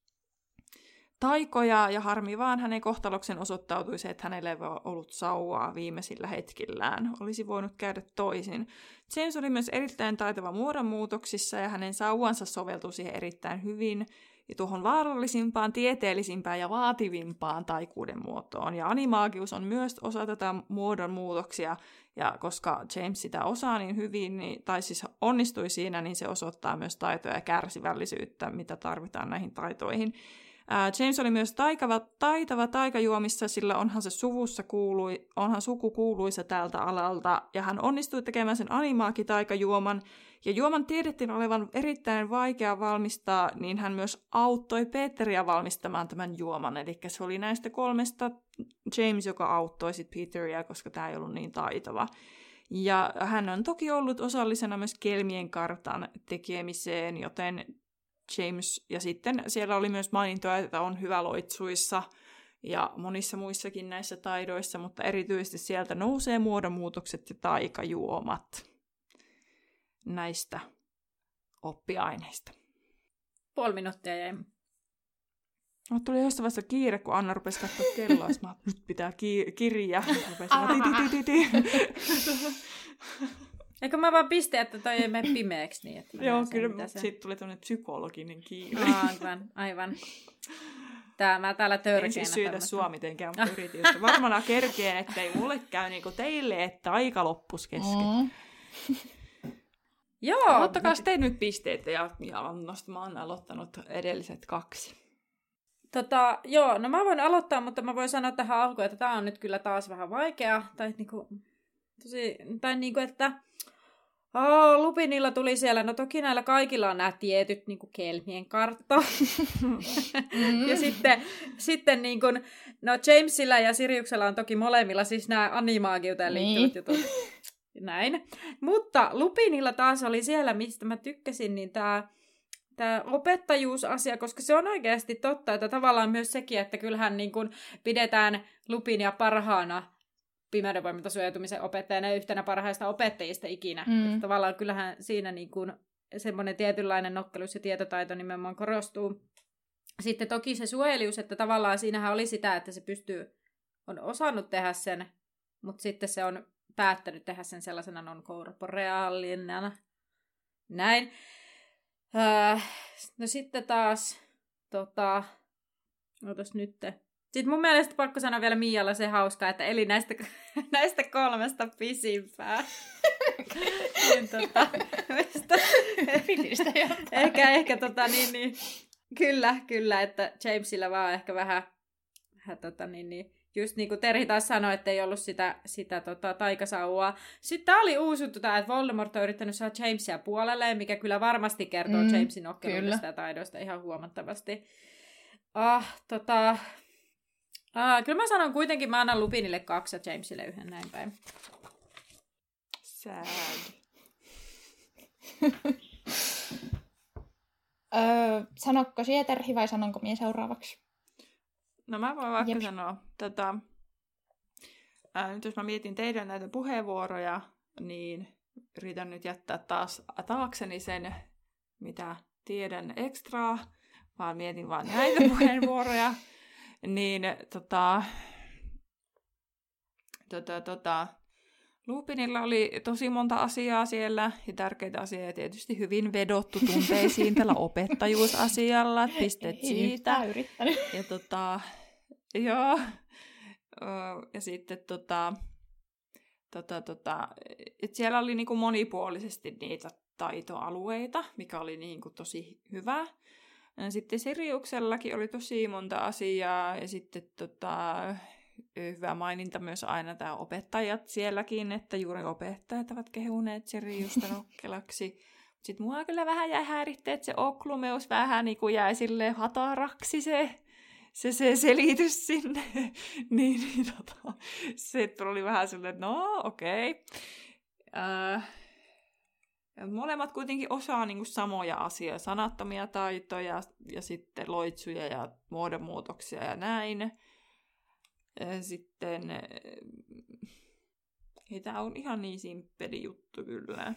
taikoja, ja harmi vaan hänen kohtaloksen osoittautui se, että hänellä ei ollut sauvaa viimeisillä hetkillään. Olisi voinut käydä toisin. James oli myös erittäin taitava muodonmuutoksissa, ja hänen sauvansa soveltui siihen erittäin hyvin, ja tuohon vaarallisimpaan, tieteellisimpään ja vaativimpaan taikuuden muotoon. Ja animaagius on myös osa tätä muodonmuutoksia, ja koska James sitä osaa niin hyvin, niin, tai siis onnistui siinä, niin se osoittaa myös taitoja ja kärsivällisyyttä, mitä tarvitaan näihin taitoihin. Ää, James oli myös taikava, taitava taikajuomissa, sillä onhan se suvussa kuului, onhan suku kuuluisa tältä alalta, ja hän onnistui tekemään sen animaakitaikajuoman, ja juoman tiedettiin olevan erittäin vaikea valmistaa, niin hän myös auttoi Peteriä valmistamaan tämän juoman, eli se oli näistä kolmesta James, joka auttoi sit Peteriä, koska tämä ei ollut niin taitava. Ja hän on toki ollut osallisena myös Kelmien kartan tekemiseen, joten James, ja sitten siellä oli myös mainintoja, että on hyvä loitsuissa ja monissa muissakin näissä taidoissa, mutta erityisesti sieltä nousee muodonmuutokset ja taikajuomat näistä oppiaineista. Puoli minuuttia jäi. No, tuli jossain vaiheessa kiire, kun Anna rupesi katsoa kelloa, mä nyt pitää ki- kirjaa. Eikö mä vaan piste, että toi ei mene pimeäksi niin, että joo, sen, kyllä se... siitä tuli tämmöinen psykologinen kiire. Aivan, aivan. Tää, mä täällä törkeenä. En siis syytä sua mitenkään, mutta yritin, että varmana kerkeen, ettei mulle käy niinku teille, että aika loppus kesken. Mm. Joo. Ottakaa te nyt pisteitä ja, ja annosta. Mä oon aloittanut edelliset kaksi. Tota, joo, no mä voin aloittaa, mutta mä voin sanoa tähän alkuun, että tää on nyt kyllä taas vähän vaikea. Tai niinku, tosi, tai niinku, että oh, Lupinilla tuli siellä, no toki näillä kaikilla on nämä tietyt niinku kelmien kartta. mm. Ja sitten, sitten niinku, no Jamesilla ja Siriuksella on toki molemmilla siis nämä animaagiuteen liittyvät niin. jutut. Näin. Mutta Lupinilla taas oli siellä, mistä mä tykkäsin, niin tää Tämä opettajuusasia, koska se on oikeasti totta, että tavallaan myös sekin, että kyllähän niin kuin pidetään Lupinia parhaana pimeyden voimalta suojautumisen opettajana ja yhtenä parhaista opettajista ikinä. Mm. Että tavallaan kyllähän siinä niin kuin semmoinen tietynlainen nokkelus ja tietotaito nimenomaan korostuu. Sitten toki se suojelius, että tavallaan siinähän oli sitä, että se pystyy, on osannut tehdä sen, mutta sitten se on päättänyt tehdä sen sellaisena non-corporealina. Näin. Öö, no sitten taas, tota, otas nytte. Sitten mun mielestä pakko sanoa vielä Mialla se hauskaa, että eli näistä, näistä kolmesta pisimpää. niin, tota, ehkä, ehkä tota, niin, niin, kyllä, kyllä, että Jamesilla vaan ehkä vähän, vähän tota, niin, niin, just niin kuin Terhi taas sanoi, että ei ollut sitä, sitä tota, taikasauvaa. Sitten tää oli uusi juttu, että Voldemort on yrittänyt saada Jamesia puolelleen, mikä kyllä varmasti kertoo mm, Jamesin nokkeluudesta ja taidoista ihan huomattavasti. Ah, tota... Ah, kyllä mä sanon kuitenkin, mä annan Lupinille kaksi ja Jamesille yhden näin päin. Sad. öö, sanokko sinä, Terhi, vai sanonko minä seuraavaksi? No mä voin vaikka Jep. sanoa, tota, ää, nyt jos mä mietin teidän näitä puheenvuoroja, niin yritän nyt jättää taas taakseni sen, mitä tiedän ekstraa, vaan mietin vaan näitä puheenvuoroja. Niin tota, tota, tota, Lupinilla oli tosi monta asiaa siellä, ja tärkeitä asiaa, ja tietysti hyvin vedottu tunteisiin tällä opettajuusasialla, pisteet siitä. Ja tota, joo, ja sitten tota, tota, tota, et siellä oli niinku monipuolisesti niitä taitoalueita, mikä oli niinku tosi hyvä. Sitten Siriuksellakin oli tosi monta asiaa, ja sitten tota, hyvä maininta myös aina tämä opettajat sielläkin, että juuri opettajat ovat kehuneet Siriusta nokkelaksi. Sitten mua kyllä vähän jäi häirittää, että se oklumeus vähän niin kuin jäi silleen hataraksi se, se, se selitys sinne. niin, niin tota, se oli vähän silleen, että no okei. Okay. Äh, molemmat kuitenkin osaa niin kuin samoja asioita, sanattomia taitoja ja sitten loitsuja ja muodonmuutoksia ja näin. Sitten, ei tää on ihan niin simppeli juttu kyllä.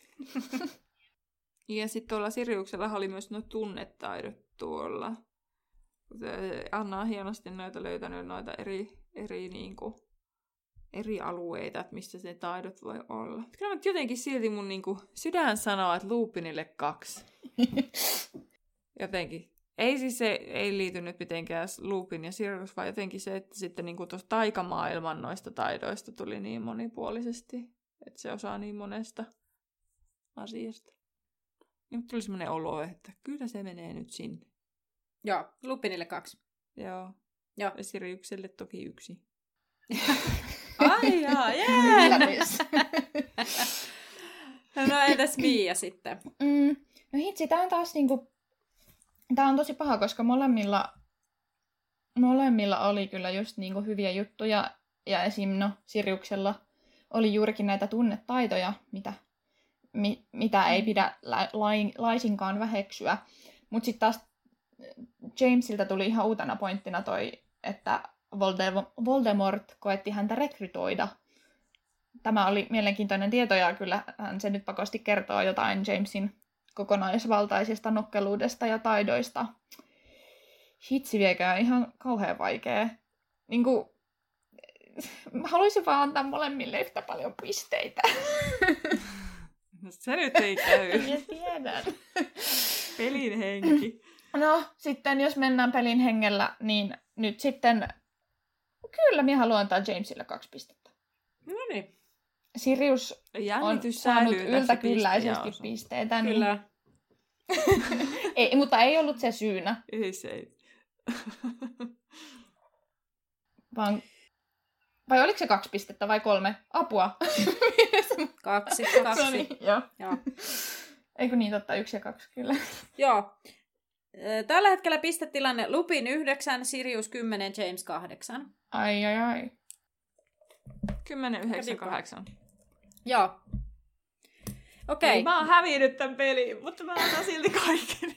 ja sitten tuolla Siriuksella oli myös nuo tunnetaidot tuolla. Anna on hienosti noita löytänyt noita eri, eri, niinku, eri alueita, että missä se taidot voi olla. Kyllä jotenkin silti mun niinku, sydän sanoo, että Lupinille kaksi. Jotenkin. Ei siis se ei liity nyt mitenkään Lupin ja Sirius, vaan jotenkin se, että sitten niinku tuossa taikamaailman noista taidoista tuli niin monipuolisesti, että se osaa niin monesta asiasta. Ja tuli semmoinen olo, että kyllä se menee nyt sinne. Joo, Lupinille kaksi. Joo. Joo. Ja Siriukselle toki yksi. Ai jaa, jee! no entäs Mia sitten? Mm, no hitsi, tää on taas niinku... Tää on tosi paha, koska molemmilla, molemmilla oli kyllä just niinku hyviä juttuja. Ja esim. No, Siriuksella oli juurikin näitä tunnetaitoja, mitä, mi, mitä ei pidä la, lain, laisinkaan väheksyä. Mutta sitten taas Jamesilta tuli ihan uutena pointtina toi, että Voldemort koetti häntä rekrytoida. Tämä oli mielenkiintoinen tieto ja kyllähän se nyt pakosti kertoo jotain Jamesin kokonaisvaltaisesta nokkeluudesta ja taidoista. Hitsi viekään ihan kauhean vaikea. Niinku, haluaisin vaan antaa molemmille yhtä paljon pisteitä. No se nyt ei käy. Minä tiedän. Pelin henki. No, sitten jos mennään pelin hengellä, niin nyt sitten kyllä minä haluan antaa Jamesille kaksi pistettä. No niin. Sirius Jännitys on saanut säilyy tässä yltäkylläisesti pistejaossa. pisteitä. Niin... Kyllä. ei, mutta ei ollut se syynä. Ei se ei. Vaan... Vai oliko se kaksi pistettä vai kolme? Apua. Kaksi, No kaksi. niin, joo. Joo. Eikö niin totta, yksi ja kaksi, kyllä. Joo. Tällä hetkellä pistetilanne Lupin yhdeksän, Sirius kymmenen, James kahdeksan. Ai ai ai. kymmenen, yhdeksän, kahdeksan. Joo. Okei. Okay. Mä oon hävinnyt tämän pelin, mutta mä annan silti kaikkeni.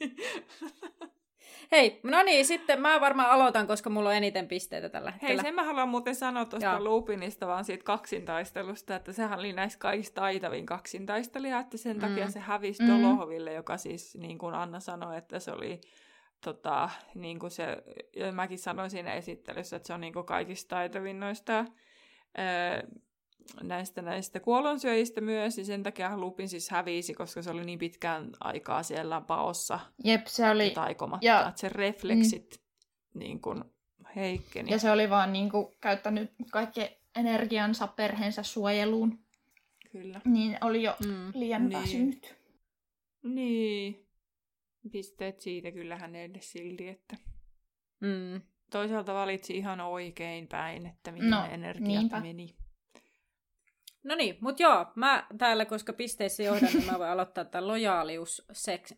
Hei, no niin, sitten mä varmaan aloitan, koska mulla on eniten pisteitä tällä hetkellä. Hei, sen mä haluan muuten sanoa tuosta Joo. Lupinista, vaan siitä kaksintaistelusta, että sehän oli näistä kaikista taitavin kaksintaistelija, että sen Mm. takia se hävisi Mm. Dolohoville, joka siis, niin kuin Anna sanoi, että se oli, tota, niin kuin se, ja mäkin sanoin siinä esittelyssä, että se on niin kuin kaikista taitavin noista ää, näistä, näistä kuolonsyöjistä myös, ja sen takia Lupin siis hävisi, koska se oli niin pitkään aikaa siellä paossa Jep, se oli... taikomatta, ja- että se refleksit mm. niin kuin heikkeni. Ja se oli vaan niinku käyttänyt kaikki energiansa perheensä suojeluun. Kyllä. Niin oli jo Mm. liian Niin. väsynyt. Niin. Pisteet siitä kyllä hänelle silti, että Mm. toisaalta valitsi ihan oikein päin, että mihin No, ne energiat niinpä. meni. No niin, mutta joo, mä täällä, koska pisteissä johdan, niin mä voin aloittaa tämän lojaalius seks...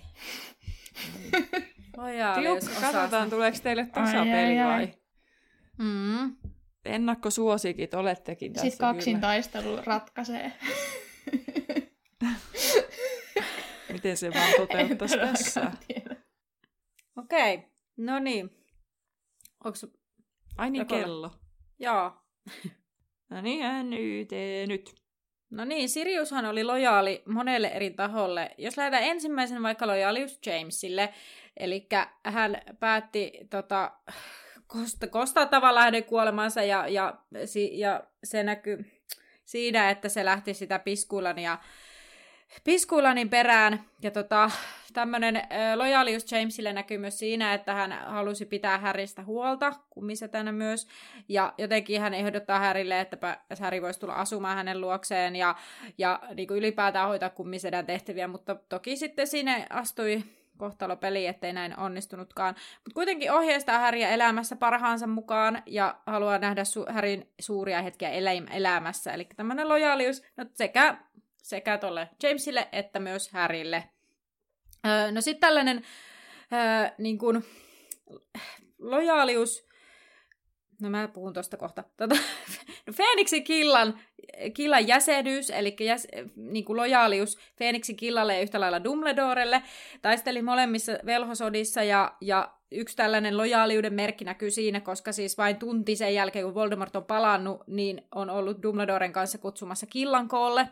Lojaalius Tiukka, katsotaan tuleeko teille tasapeli Ai, ai, ai. vai? Mm. Ennakkosuosikit olettekin tässä Sitten kaksin kyllä. taistelu ratkaisee. Miten se vaan toteuttaisi En tässä? ainakaan tiedä. Okei, okay. No niin. Onks... Ai niin, Jakola. kello. Joo. No niin, N Y T nyt. No niin, Siriushan oli lojaali monelle eri taholle. Jos lähdetään ensimmäisen vaikka lojaalius Jamesille, eli hän päätti tota, kosta, kostaa tavallaan hänen kuolemansa, ja, ja, ja se näkyy siinä, että se lähti sitä Piskuilania, Piskuilanin perään. Ja tota, tämmöinen lojaalius Jamesille näkyy myös siinä, että hän halusi pitää Harrystä huolta, kummisetänä myös. Ja jotenkin hän ehdottaa Harrylle, että Harry voisi tulla asumaan hänen luokseen ja, ja niin kuin ylipäätään hoitaa kummisedän tehtäviä, mutta toki sitten siinä astui kohtalopeli, ettei näin onnistunutkaan. Mutta kuitenkin ohjeistaa Harryä elämässä parhaansa mukaan ja haluaa nähdä su- Harryn suuria hetkiä elä- elämässä. Eli tämmöinen lojaalius no sekä, sekä tolle Jamesille että myös Harrylle. Öö, no sitten tällainen öö, niin kuin, lojaalius, no mä puhun tosta kohta, tota, no Feeniksin killan, killan jäsenyys, eli jäs, niin kuin lojaalius Feeniksin killalle ja yhtä lailla Dumbledorelle, taisteli molemmissa velhosodissa ja, ja yksi tällainen lojaaliuden merkki näkyy siinä, koska siis vain tunti sen jälkeen, kun Voldemort on palannut, niin on ollut Dumbledoren kanssa kutsumassa killan koolle.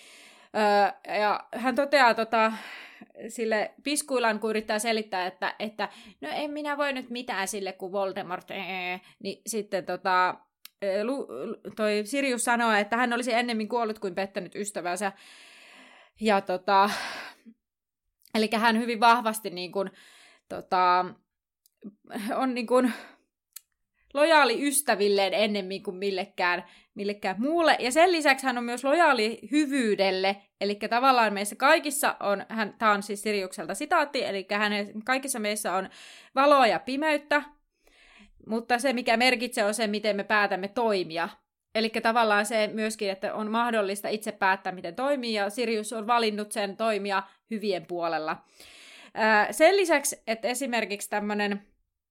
Öö, ja hän toteaa tota, sille Piskuilan, kun yrittää selittää, että, että no en minä voi nyt mitään sille, kun Voldemort, ee, niin sitten tota, Lu, toi Sirius sanoo, että hän olisi ennemmin kuollut kuin pettänyt ystävänsä. Ja tota, eli hän hyvin vahvasti niin kuin, tota, on niin kuin lojaali ystävilleen ennemmin kuin millekään, millekään muulle. Ja sen lisäksi hän on myös lojaali hyvyydelle, eli tavallaan meissä kaikissa on, hän, tämä on siis Siriukselta sitaatti, eli hänen, kaikissa meissä on valoa ja pimeyttä, mutta se mikä merkitsee on se, miten me päätämme toimia. Eli tavallaan se myöskin, että on mahdollista itse päättää, miten toimii, ja Sirius on valinnut sen toimia hyvien puolella. Ää, sen lisäksi, että esimerkiksi tämmöinen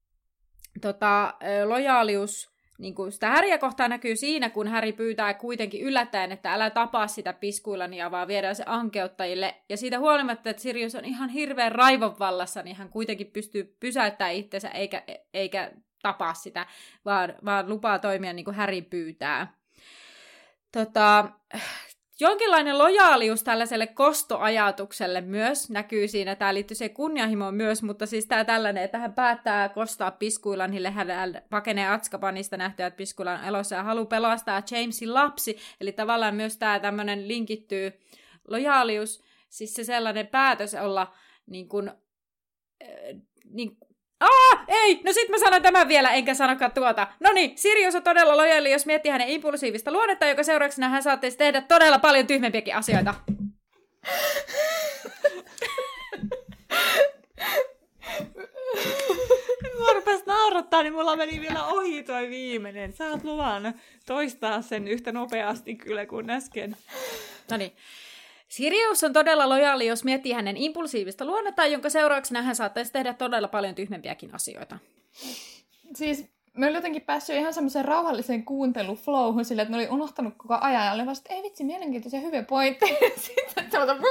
tota, lojaalius, niin kuin sitä Harryä kohtaan näkyy siinä, kun Harry pyytää kuitenkin yllättäen, että älä tapaa sitä Piskuilania, vaan viedään se ankeuttajille. Ja siitä huolimatta, että Sirius on ihan hirveän raivon vallassa, niin hän kuitenkin pystyy pysäyttämään itsensä eikä, eikä tapaa sitä, vaan, vaan lupaa toimia niin kuin Harry pyytää. Tota, jonkinlainen lojaalius tällaiselle kostoajatukselle myös näkyy siinä. Tämä liittyy siihen kunnianhimoon myös, mutta siis tämä tällainen, että hän päättää kostaa Piskuilanille, hän pakenee Azkabanista nähtyä, että Piskuilan on elossa ja haluaa pelastaa Jamesin lapsi. Eli tavallaan myös tämä tämmöinen linkittyy lojaalius, siis se sellainen päätös olla niin kuin, niin, Aa, ei! No sit mä sanon tämän vielä, enkä sanokaan tuota. Noniin, Sirius on todella lojaali, jos miettii hänen impulsiivista luonnetta, joka seurauksena hän saattaisi tehdä todella paljon tyhmempiäkin asioita. Mua rupesi naurattaa, niin mulla meni vielä ohi toi viimeinen. Sä oot luvannut toistaa sen yhtä nopeasti kyllä kuin äsken. Noniin. Sirius on todella lojaali, jos miettii hänen impulsiivista luonnetta, jonka seurauksena hän saattaisi tehdä todella paljon tyhmempiäkin asioita. Siis me olin jotenkin päässyt ihan semmoiseen rauhalliseen kuunteluflowhun sille, että ne oli unohtanut koko ajan ja oli vasta, että ei vitsi, mielenkiintoisia hyviä pointteja. Sitten semmoista...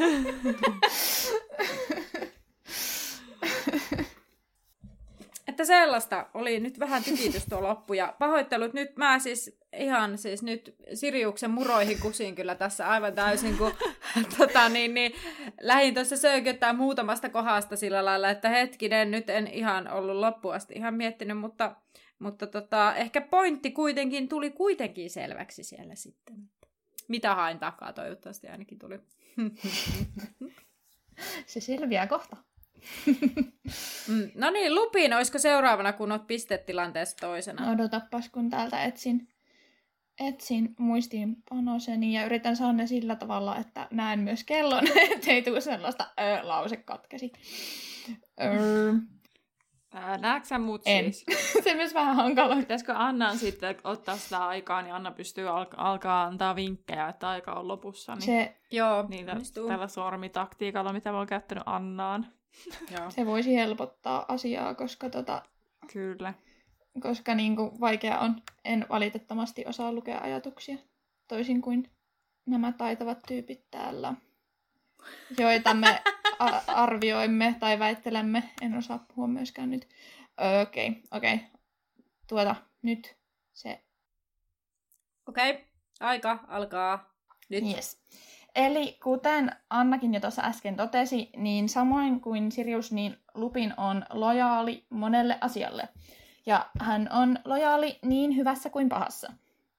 Että sellaista oli nyt vähän tykitys tuo loppu ja pahoittelut. Nyt mä siis ihan siis nyt Siriuksen muroihin kusin kyllä tässä aivan täysin, kun tota, niin, niin, lähdin tuossa sököttää muutamasta kohdasta sillä lailla, että hetkinen, nyt en ihan ollut loppuun asti ihan miettinyt, mutta, mutta tota, ehkä pointti kuitenkin tuli kuitenkin selväksi siellä sitten. Mitä hain takaa, toivottavasti ainakin tuli. Se selviää kohta. mm, no niin, Lupin, olisiko seuraavana, kun olet pistetilanteessa toisena? Odotapas, kun täältä etsin, etsin muistiinpanoseni ja yritän saada ne sillä tavalla, että näen myös kellon, ettei tule sellaista ö, lause katkesi. Öö, Ää, näetkö sä mut en. siis? Se myös vähän hankala. Pitäisikö Annan sitten ottaa sitä aikaa, niin Anna pystyy alka- alkaa antaa vinkkejä, että aika on lopussa. Niin Se, Joo, niillä, tällä sormitaktiikalla, mitä mä oon käyttänyt Annaan. Joo. se voisi helpottaa asiaa, koska, tota, Kyllä. koska niin kuin vaikea on. En valitettavasti osaa lukea ajatuksia, toisin kuin nämä taitavat tyypit täällä, joita me a- arvioimme tai väittelemme. En osaa puhua myöskään nyt. Okei, okay, okei. Okay. Tuota, nyt se. Okei, okay. Aika alkaa nyt. Yes. Eli kuten Annakin jo tuossa äsken totesi, niin samoin kuin Sirius, niin Lupin on lojaali monelle asialle. Ja hän on lojaali niin hyvässä kuin pahassa.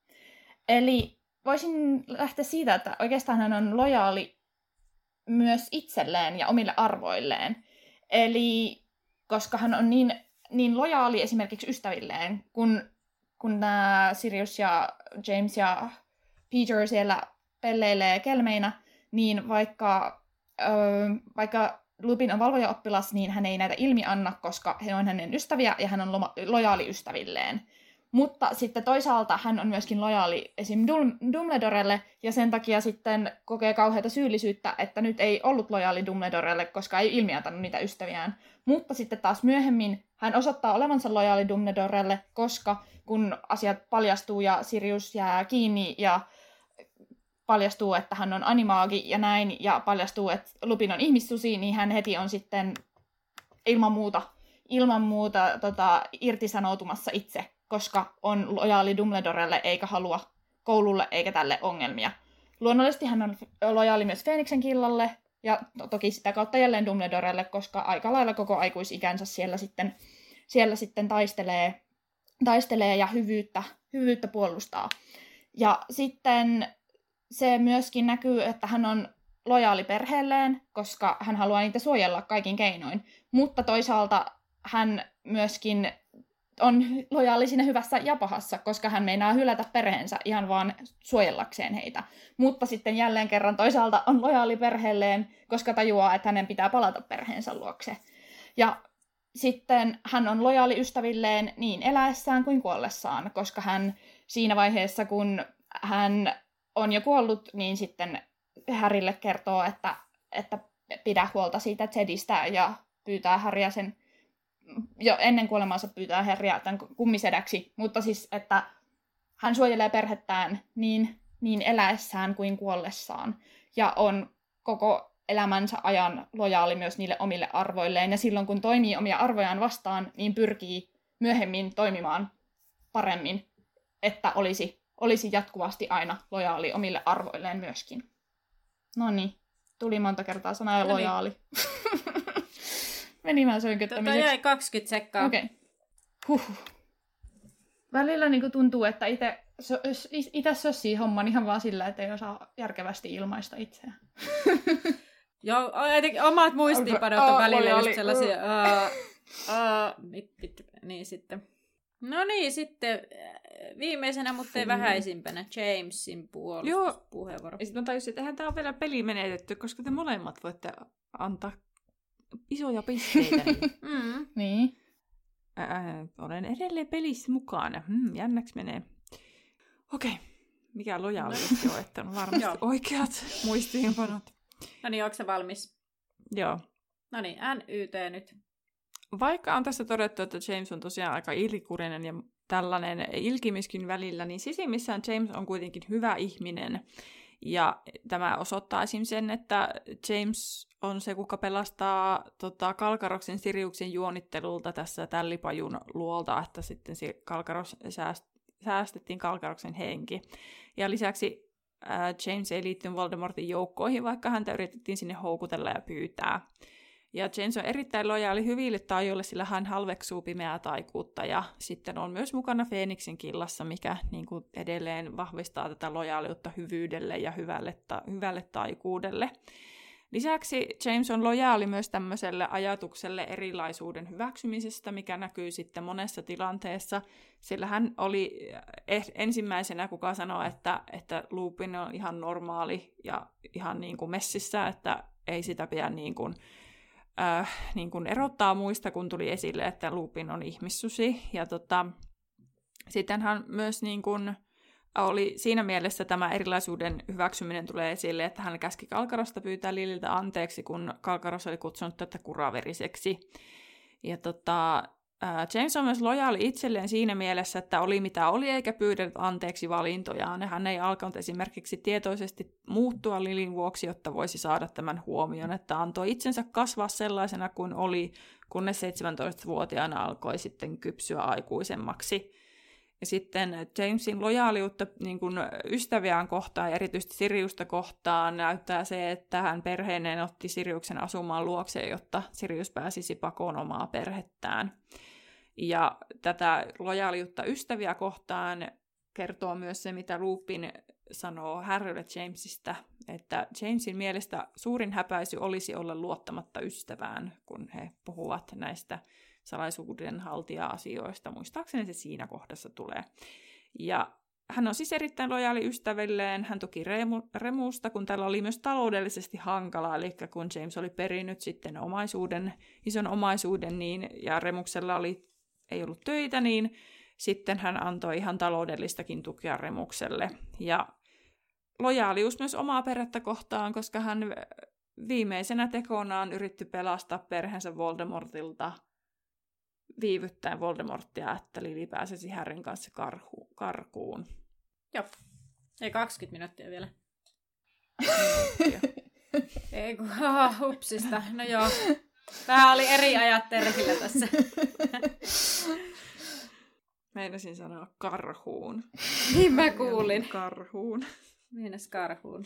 Eli voisin lähteä siitä, että oikeastaan hän on lojaali myös itselleen ja omille arvoilleen. Eli koska hän on niin, niin lojaali esimerkiksi ystävilleen, kun, kun nämä Sirius ja James ja Peter siellä pelleilee kelmeinä, niin vaikka, öö, vaikka Lupin on valvojaoppilas, niin hän ei näitä ilmi anna, koska he on hänen ystäviä ja hän on loma- lojaali ystävilleen. Mutta sitten toisaalta hän on myöskin lojaali esim. Dumbledorelle, ja sen takia sitten kokee kauheata syyllisyyttä, että nyt ei ollut lojaali Dumbledorelle, koska ei ilmiantanut niitä ystäviään. Mutta sitten taas myöhemmin hän osoittaa olevansa lojaali Dumbledorelle, koska kun asiat paljastuu ja Sirius jää kiinni ja paljastuu, että hän on animaagi ja näin, ja paljastuu, että Lupin on ihmissusi, niin hän heti on sitten ilman muuta, ilman muuta tota, irtisanoutumassa itse, koska on lojaali Dumbledorelle eikä halua koululle eikä tälle ongelmia. Luonnollisesti hän on lojaali myös Feeniksen killalle, ja to- toki sitä kautta jälleen Dumbledorelle, koska aika lailla koko aikuisikänsä siellä sitten, siellä sitten taistelee, taistelee ja hyvyyttä, hyvyyttä puolustaa. Ja sitten se myöskin näkyy, että hän on lojaali perheelleen, koska hän haluaa niitä suojella kaikin keinoin. Mutta toisaalta hän myöskin on lojaali siinä hyvässä ja pahassa, koska hän meinaa hylätä perheensä ihan vaan suojellakseen heitä. Mutta sitten jälleen kerran toisaalta on lojaali perheelleen, koska tajuaa, että hänen pitää palata perheensä luokse. Ja sitten hän on lojaali ystävilleen niin eläessään kuin kuollessaan, koska hän siinä vaiheessa, kun hän on jo kuollut, niin sitten Harrylle kertoo, että, että pidä huolta siitä Zedistä ja pyytää Harryä sen, jo ennen kuolemaansa pyytää Harryä tämän kummisedäksi, mutta siis, että hän suojelee perhettään niin, niin eläessään kuin kuollessaan ja on koko elämänsä ajan lojaali myös niille omille arvoilleen ja silloin kun toimii omia arvojaan vastaan, niin pyrkii myöhemmin toimimaan paremmin, että olisi olisi jatkuvasti aina lojaali omille arvoilleen myöskin. No niin, tuli monta kertaa sana ja lojaali. Meni mä sönköttämiseksi. Tota jäi kaksikymmentä sekkaa. Okei. Okay. Huh. Välillä niin tuntuu, että itse so, sössii homman ihan vaan sillä, että ei osaa järkevästi ilmaista itseään. Joo, jotenkin omat muistiinpanot on välillä just sellaisia... Uh, Uh, mit, mit, niin sitten. No niin, sitten viimeisenä, mutta ei vähäisimpänä, Jamesin puolustuspuheenvuoro. Ja sitten mä tajusin, että eihän tää ole vielä peli menetetty, koska te molemmat voitte antaa isoja pisteitä. mm. Niin. Ää, olen edelleen pelissä mukana. Hmm, jännäksi menee. Okei. Okay. Mikä lojaalisti on, että on varmasti oikeat muistiinpanot. No niin, onko se valmis? Joo. No niin, N Y T nyt. Vaikka on tässä todettu, että James on tosiaan aika ilkikurinen ja tällainen ilkimiskin välillä, niin sisimmissään James on kuitenkin hyvä ihminen. Ja tämä osoittaa esim. Sen, että James on se, kuka pelastaa tota, Kalkaroksen Siriuksen juonittelulta tässä tällipajun luolta, että sitten Kalkaros sääst, säästettiin Kalkaroksen henki. Ja lisäksi ää, James ei liittynyt Voldemortin joukkoihin, vaikka häntä yritettiin sinne houkutella ja pyytää. Ja James on erittäin lojaali hyville tajoille, sillä hän halveksuu pimeää taikuutta. Ja sitten on myös mukana Feeniksin killassa, mikä niin kuin edelleen vahvistaa tätä lojaaliutta hyvyydelle ja hyvälle, ta- hyvälle taikuudelle. Lisäksi James on lojaali myös tämmöiselle ajatukselle erilaisuuden hyväksymisestä, mikä näkyy sitten monessa tilanteessa, sillä hän oli ensimmäisenä, kuka sanoi, että, että Lupin on ihan normaali ja ihan niin kuin messissä, että ei sitä pidä niin kuin Äh, niin kuin erottaa muista, kun tuli esille, että Lupin on ihmissusi. Ja tota, sitten hän myös niin kuin oli siinä mielessä tämä erilaisuuden hyväksyminen tulee esille, että hän käski Kalkarosta pyytää Lililtä anteeksi, kun Kalkaros oli kutsunut tätä kuraveriseksi. Ja tota, James on myös lojaali itselleen siinä mielessä, että oli mitä oli, eikä pyydellyt anteeksi valintojaan. Hän ei alkanut esimerkiksi tietoisesti muuttua Lilin vuoksi, jotta voisi saada tämän huomion, että antoi itsensä kasvaa sellaisena kuin oli, kunnes seitsemäntoistavuotiaana alkoi sitten kypsyä aikuisemmaksi. Ja sitten Jamesin lojaaliutta niin kuin ystäviään kohtaan ja erityisesti Siriusta kohtaan näyttää se, että hän perheineen otti Siriuksen asumaan luokseen, jotta Sirius pääsisi pakoon omaa perhettään. Ja tätä lojaaliutta ystäviä kohtaan kertoo myös se, mitä Lupin sanoo Harrylle Jamesista, että Jamesin mielestä suurin häpäisy olisi olla luottamatta ystävään, kun he puhuvat näistä salaisuudenhaltija-asioista. Muistaakseni se siinä kohdassa tulee. Ja hän on siis erittäin lojaali ystävilleen. Hän tuki Remu, Remusta, kun tällä oli myös taloudellisesti hankalaa. Eli kun James oli perinnyt sitten omaisuuden, ison omaisuuden, niin, ja Remuksella oli, ei ollut töitä, niin sitten hän antoi ihan taloudellistakin tukea Remukselle. Ja lojaalius myös omaa perhettä kohtaan, koska hän viimeisenä tekonaan yritti pelastaa perheensä Voldemortilta, viivyttäen Voldemorttia, että Lily pääsisi Harryn kanssa karhu, karkuun. Joo. Ei kaksikymmentä minuuttia vielä. Ei kun hupsista. No joo. Vähän oli eri ajat Terhillä tässä. Meinasin sanoa karhuun. Niin mä kuulin. Karhuun. Meinas karhuun.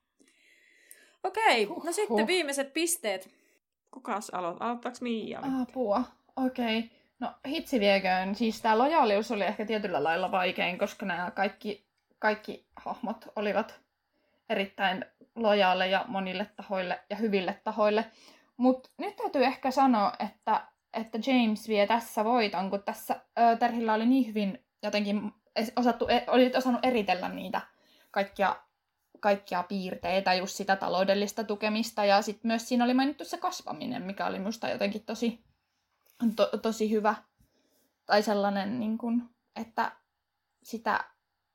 Okei, no sitten viimeiset pisteet. Kukas aloittaa? Aloittaako Miia? Apua. Okei. Okay. No hitsi vieköön. Siis tää lojaalius oli ehkä tietyllä lailla vaikein, koska nämä kaikki, kaikki hahmot olivat erittäin lojaaleja monille tahoille ja hyville tahoille. Mutta nyt täytyy ehkä sanoa, että, että James vie tässä voiton, kun tässä ö, Terhillä oli niin hyvin jotenkin osattu, oli osannut eritellä niitä kaikkia, kaikkia piirteitä, just sitä taloudellista tukemista. Ja sitten myös siinä oli mainittu se kasvaminen, mikä oli musta jotenkin tosi, to, tosi hyvä. Tai sellainen, niin kun, että sitä,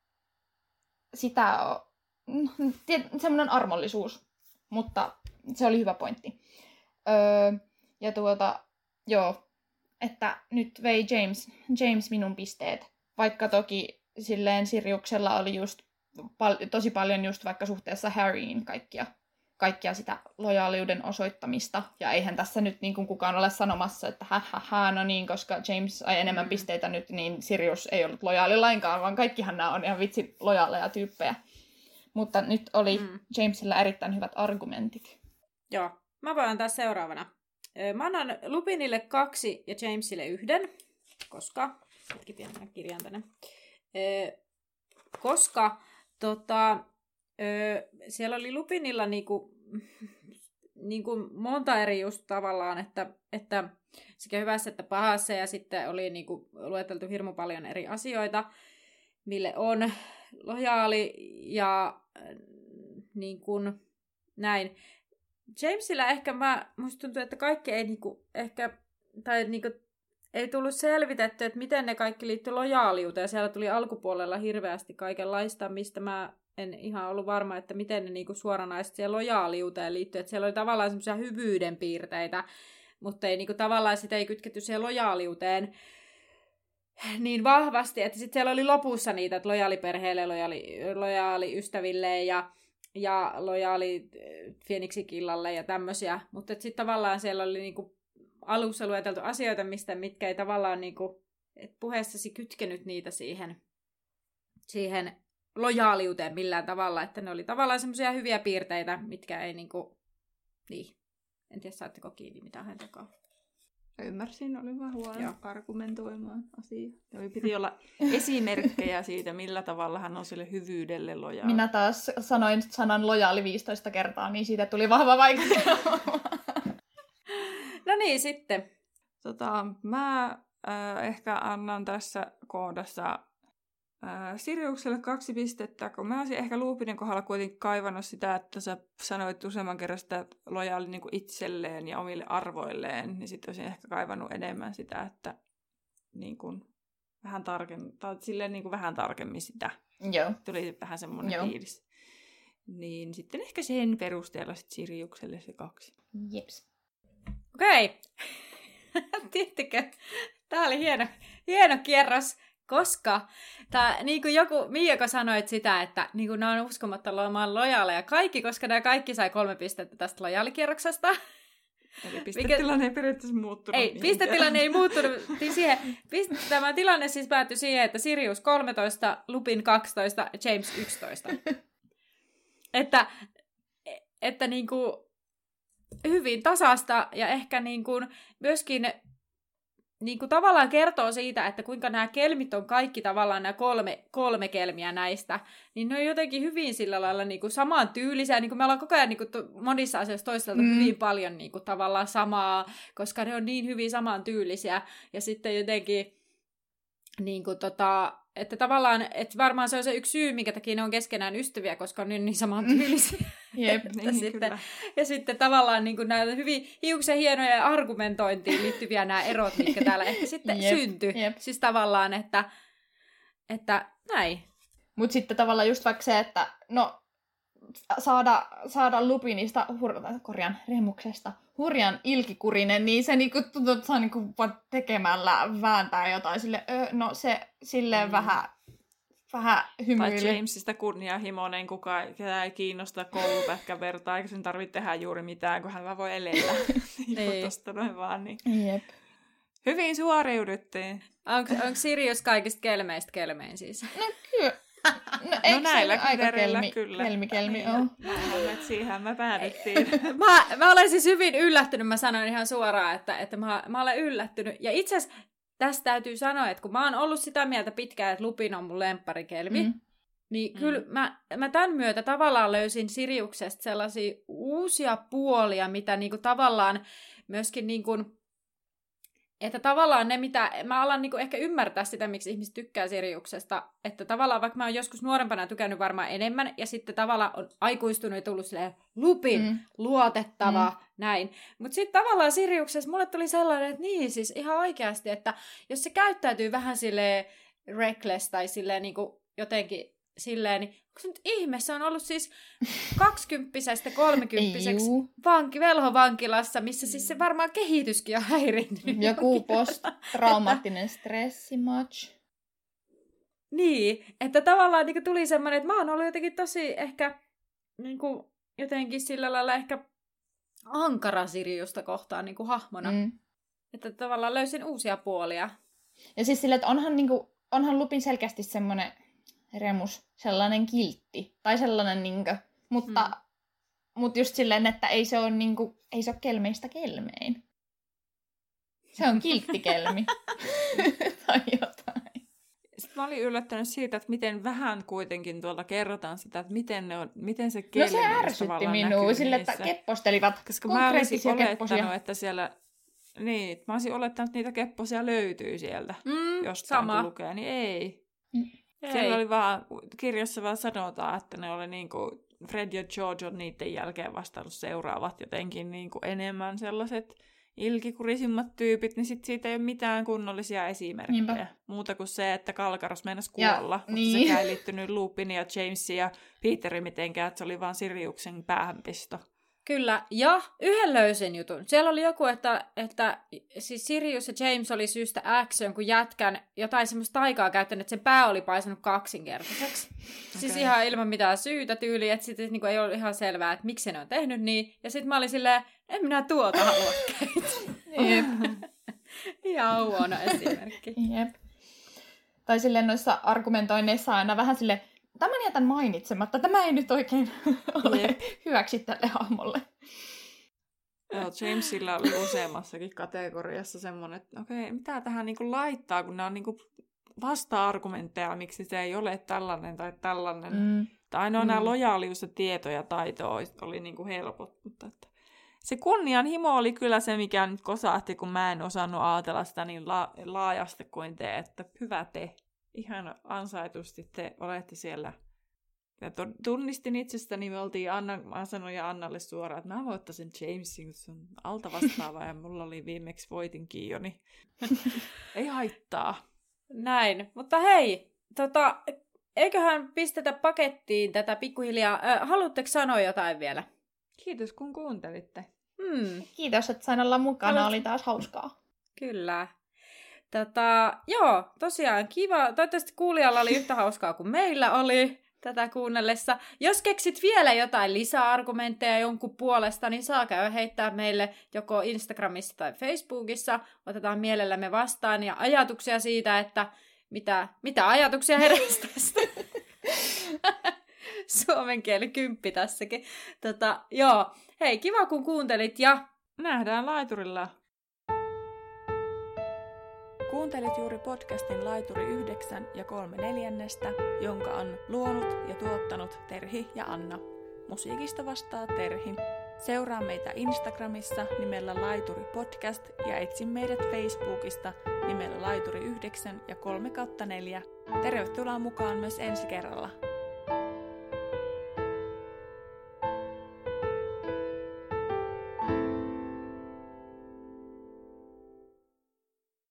sitä semmoinen armollisuus, mutta se oli hyvä pointti. Öö, ja tuota, joo, että nyt vei James, James minun pisteet, vaikka toki silleen Siriuksella oli just pal- tosi paljon just vaikka suhteessa Harryin kaikkia, kaikkia sitä lojaaliuden osoittamista, ja eihän tässä nyt niin kuin kukaan ole sanomassa, että hä, hä, hä, no niin, koska James sai enemmän mm. pisteitä nyt, niin Sirius ei ollut lojaali lainkaan, vaan kaikkihan nämä on ihan vitsi lojaaleja tyyppejä. Mutta nyt oli mm. Jamesilla erittäin hyvät argumentit. Joo. Mä voin antaa seuraavana. Mä annan Lupinille kaksi ja Jamesille yhden, koska... Hetki pian tänne kirjaan tänne. Koska tota, siellä oli Lupinilla niinku, niin kuin monta eri just tavallaan, että, että sekä hyvässä että pahassa, ja sitten oli niin kuin lueteltu hirmu paljon eri asioita, mille on lojaali, ja niin kuin näin. Jamesillä ehkä mä, musta tuntuu, että kaikki ei niin kuin, ehkä, tai niin kuin, ei tullut selvitetty, että miten ne kaikki liittyi lojaaliuteen, ja siellä tuli alkupuolella hirveästi kaikenlaista, mistä mä en ihan ollut varma, että miten ne niinku suoranaisesti siihen lojaaliuteen liittyy. Että siellä oli tavallaan semmoisia hyvyyden piirteitä, mutta ei niinku tavallaan sitä ei kytketty siihen lojaaliuteen niin vahvasti. Että sitten siellä oli lopussa niitä, että lojaaliperheelle, lojaali, lojaaliystäville ja, ja lojaali Phoenixin-killalle ja tämmöisiä. Mutta sitten tavallaan siellä oli niinku alussa lueteltu asioita, mistä, mitkä ei tavallaan niinku, puheessasi kytkenyt niitä siihen, siihen lojaaliuteen millään tavalla, että ne oli tavallaan semmoisia hyviä piirteitä, mitkä ei niinku, niin, en tiedä saatteko kiinni mitä hän tekee. Ymmärsin, oli vaan huono argumentoimaan asiaa. Eli piti olla esimerkkejä siitä, millä tavalla hän on sille hyvyydelle lojaali. Minä taas sanoin sanan lojaali viisitoista kertaa, niin siitä tuli vahva vaikutelma. No niin, sitten. Tota, mä äh, ehkä annan tässä kohdassa Äh, Siriukselle kaksi pistettä, kun mä olisin ehkä Lupinin kohdalla kuitenkin kaivannut sitä, että sä sanoit useamman kerran sitä lojaali niin kuin itselleen ja omille arvoilleen, niin sitten olisin ehkä kaivannut enemmän sitä, että niin kuin, vähän, tarkemmin, tai silleen, niin kuin vähän tarkemmin sitä. Joo. Tuli vähän semmoinen Joo. fiilis. Niin sitten ehkä sen perusteella sit Siriukselle se kaksi. Jeps. Okei. Tiedättekö? Tää oli hieno, hieno kierros. Koska, tää, niin kuin joku, Miiako sanoit sitä, että niin kuin nämä on uskomattoman lojaaleja kaikki, koska nämä kaikki sai kolme pistettä tästä lojaalikierroksesta. Eli pistetilanne Mikä... ei periaatteessa muuttunut. Ei, pistetilanne ei muuttunut. Siihen, pist... Tämä tilanne siis päättyi siihen, että Sirius kolmetoista, Lupin kaksitoista, James yksitoista. että että niin kuin hyvin tasasta ja ehkä niin kuin myöskin niin kuin tavallaan kertoo siitä, että kuinka nämä kelmit on kaikki tavallaan nämä kolme, kolme kelmiä näistä, niin ne on jotenkin hyvin sillä lailla niin kuin samantyylisiä, niin kuin me ollaan koko ajan niin kuin monissa asioissa toisteltu mm. hyvin paljon niin kuin tavallaan samaa, koska ne on niin hyvin samantyylisiä, ja sitten jotenkin niin kuin tota, että tavallaan, että varmaan se on se yksi syy, minkä takia ne on keskenään ystäviä, koska on niin samantyylisiä. Jep, niin, sitten, ja sitten tavallaan niin näitä hyvin hiuksen hienoja argumentointiin liittyviä nämä erot, mitkä täällä ehkä sitten Jep, syntyi. jep. Siis tavallaan, että, että näin. Mutta sitten tavallaan just vaikka se, että no saada, saada Lupinista, hur- korjan Remuksesta, hurjan ilkikurinen, niin se niinku tuntuu, että saa niinku vaan tekemällä vääntää jotain sille, ö, no se silleen mm. vähän, vähän hymyili. Tai Jamesista kunnianhimoinen, kuka ketä ei kiinnosta koulupätkän vertaa, eikä sen tarvitse tehdä juuri mitään, kun hän vaan voi elellä. niin. Tosta noin vaan, niin. Jep. Hyvin suoriuduttiin. Onko, onko Sirius kaikista kelmeistä kelmein siis? No kyllä. No, no näillä kriteereillä kelmi, kyllä. Kelmi, kelmi, niin, on. Näin, siihen me päädyttiin. mä, mä olen siis hyvin yllättynyt, mä sanoin ihan suoraan, että, että mä, mä olen yllättynyt. Ja itse asiassa tästä täytyy sanoa, että kun mä oon ollut sitä mieltä pitkään, että Lupin on mun lempparikelmi, mm. niin mm. kyllä mä, mä tämän myötä tavallaan löysin Siriuksesta sellaisia uusia puolia, mitä niinku tavallaan myöskin niinku, että tavallaan ne, mitä, mä alan niinku ehkä ymmärtää sitä, miksi ihmiset tykkää Siriuksesta, että tavallaan vaikka mä oon joskus nuorempana tykännyt varmaan enemmän, ja sitten tavallaan on aikuistunut ja tullut silleen Lupin, mm. luotettava, mm. näin. Mutta sitten tavallaan Siriuksessa mulle tuli sellainen, että niin siis ihan oikeasti, että jos se käyttäytyy vähän silleen reckless tai silleen niinku jotenkin silleen, niin onko se nyt ihme, se on ollut siis kaksikymppisestä kolmekymppiseksi vanki, velhovankilassa, missä siis se varmaan kehityskin on häirinnyt. Joku post-traumaattinen stressimatch. Niin, että tavallaan niin tuli semmoinen, että mä oon ollut jotenkin tosi ehkä niin kuin, jotenkin sillä lailla ehkä ankara Siriusta kohtaan niin kuin hahmona. Mm. Että tavallaan löysin uusia puolia. Ja siis sillä, että onhan, niin kuin, onhan Lupin selkeästi semmoinen Remus, sellainen kiltti. Tai sellainen, niin kuin, mutta, mm. mutta just silleen, että ei se ole, niin kuin, ei se ole kelmeistä kelmein. Se on kilttikelmi. Tai jotain. Sitten mä olin yllättynyt siitä, että miten vähän kuitenkin tuolta kerrotaan sitä, että miten, ne on, miten se kieli no se ärsytti minua sille, että keppostelivat koska mä olisin olettanut, kepposia. että siellä, niin, mä olisin olettanut, että niitä kepposia löytyy sieltä, Mm, jostain sama. kun lukee, niin ei. Mm. Siellä Ei. oli vaan, kirjassa vaan sanotaan, että ne oli niinku, Fred ja George on niiden jälkeen vastannut seuraavat jotenkin niinku enemmän sellaiset ilkikurisimmat tyypit, niin sit siitä ei ole mitään kunnollisia esimerkkejä. Niinpä. Muuta kuin se, että Kalkaros meinasi kuolla, ja, mutta niin. Sekä ei liittynyt Lupin ja Jamesin ja Peterin mitenkään, että se oli vaan Siriuksen päähänpisto. Kyllä, ja yhden löysin jutun. Siellä oli joku, että, että siis Sirius ja James oli syystä X jonkun jätkän jotain semmoista taikaa käyttänyt, että sen pää oli paisunut kaksinkertaiseksi. Okay. Siis ihan ilman mitään syytä tyyliä, että sitten niinku ei ollut ihan selvää, että miksi ne on tehnyt niin. Ja sitten mä olin silleen, en minä tuota halua käyttää. Jep. Ihan huono esimerkki. Jep. Tai silleen noissa argumentoinneissa aina vähän silleen, tämän jätän mainitsematta, tämä ei nyt oikein ole Jep. hyväksi tälle hahmolle. Joo, Jamesilla oli useammassakin kategoriassa semmoinen, että okei, okay, mitä tähän niinku laittaa, kun nämä on niinku vasta-argumentteja, miksi se ei ole tällainen tai tällainen. Mm. Tai ainoa mm. nämä lojaalius ja tieto ja taito oli niinku helpot, mutta että se kunnianhimo oli kyllä se, mikä nyt kosahti, kun mä en osannut ajatella sitä niin la- laajasti kuin te, että hyvä te. Ihan ansaitusti te olette siellä. Ja tunnistin itsestäni, me oltiin Anna, mä sanoin ja Annalle suoraan, että mä voittaisin Jamesin, kun se on alta vastaava ja mulla oli viimeksi voitinkin jo, niin ei haittaa. Näin, mutta hei, tota, eiköhän pistetä pakettiin tätä pikkuhiljaa. Äh, haluatteko sanoa jotain vielä? Kiitos kun kuuntelitte. Hmm. Kiitos, että sain olla mukana, Haluat... oli taas hauskaa. Kyllä. Tota, joo, tosiaan kiva. Toivottavasti kuulijalla oli yhtä hauskaa kuin meillä oli tätä kuunnellessa. Jos keksit vielä jotain lisäargumentteja jonkun puolesta, niin saa käydä heittää meille joko Instagramissa tai Facebookissa. Otetaan mielellämme vastaan ja ajatuksia siitä, että mitä, mitä ajatuksia heräsi tästä. Suomen kieli kymppi tässäkin. Tota, joo, hei, kiva kun kuuntelit ja nähdään laiturilla. Kuuntelit juuri podcastin Laituri yhdeksän ja kolme neljännestä, jonka on luonut ja tuottanut Terhi ja Anna. Musiikista vastaa Terhi. Seuraa meitä Instagramissa nimellä Laituri Podcast ja etsi meidät Facebookista nimellä Laituri yhdeksän ja kolme kautta neljä. Tervetuloa mukaan myös ensi kerralla.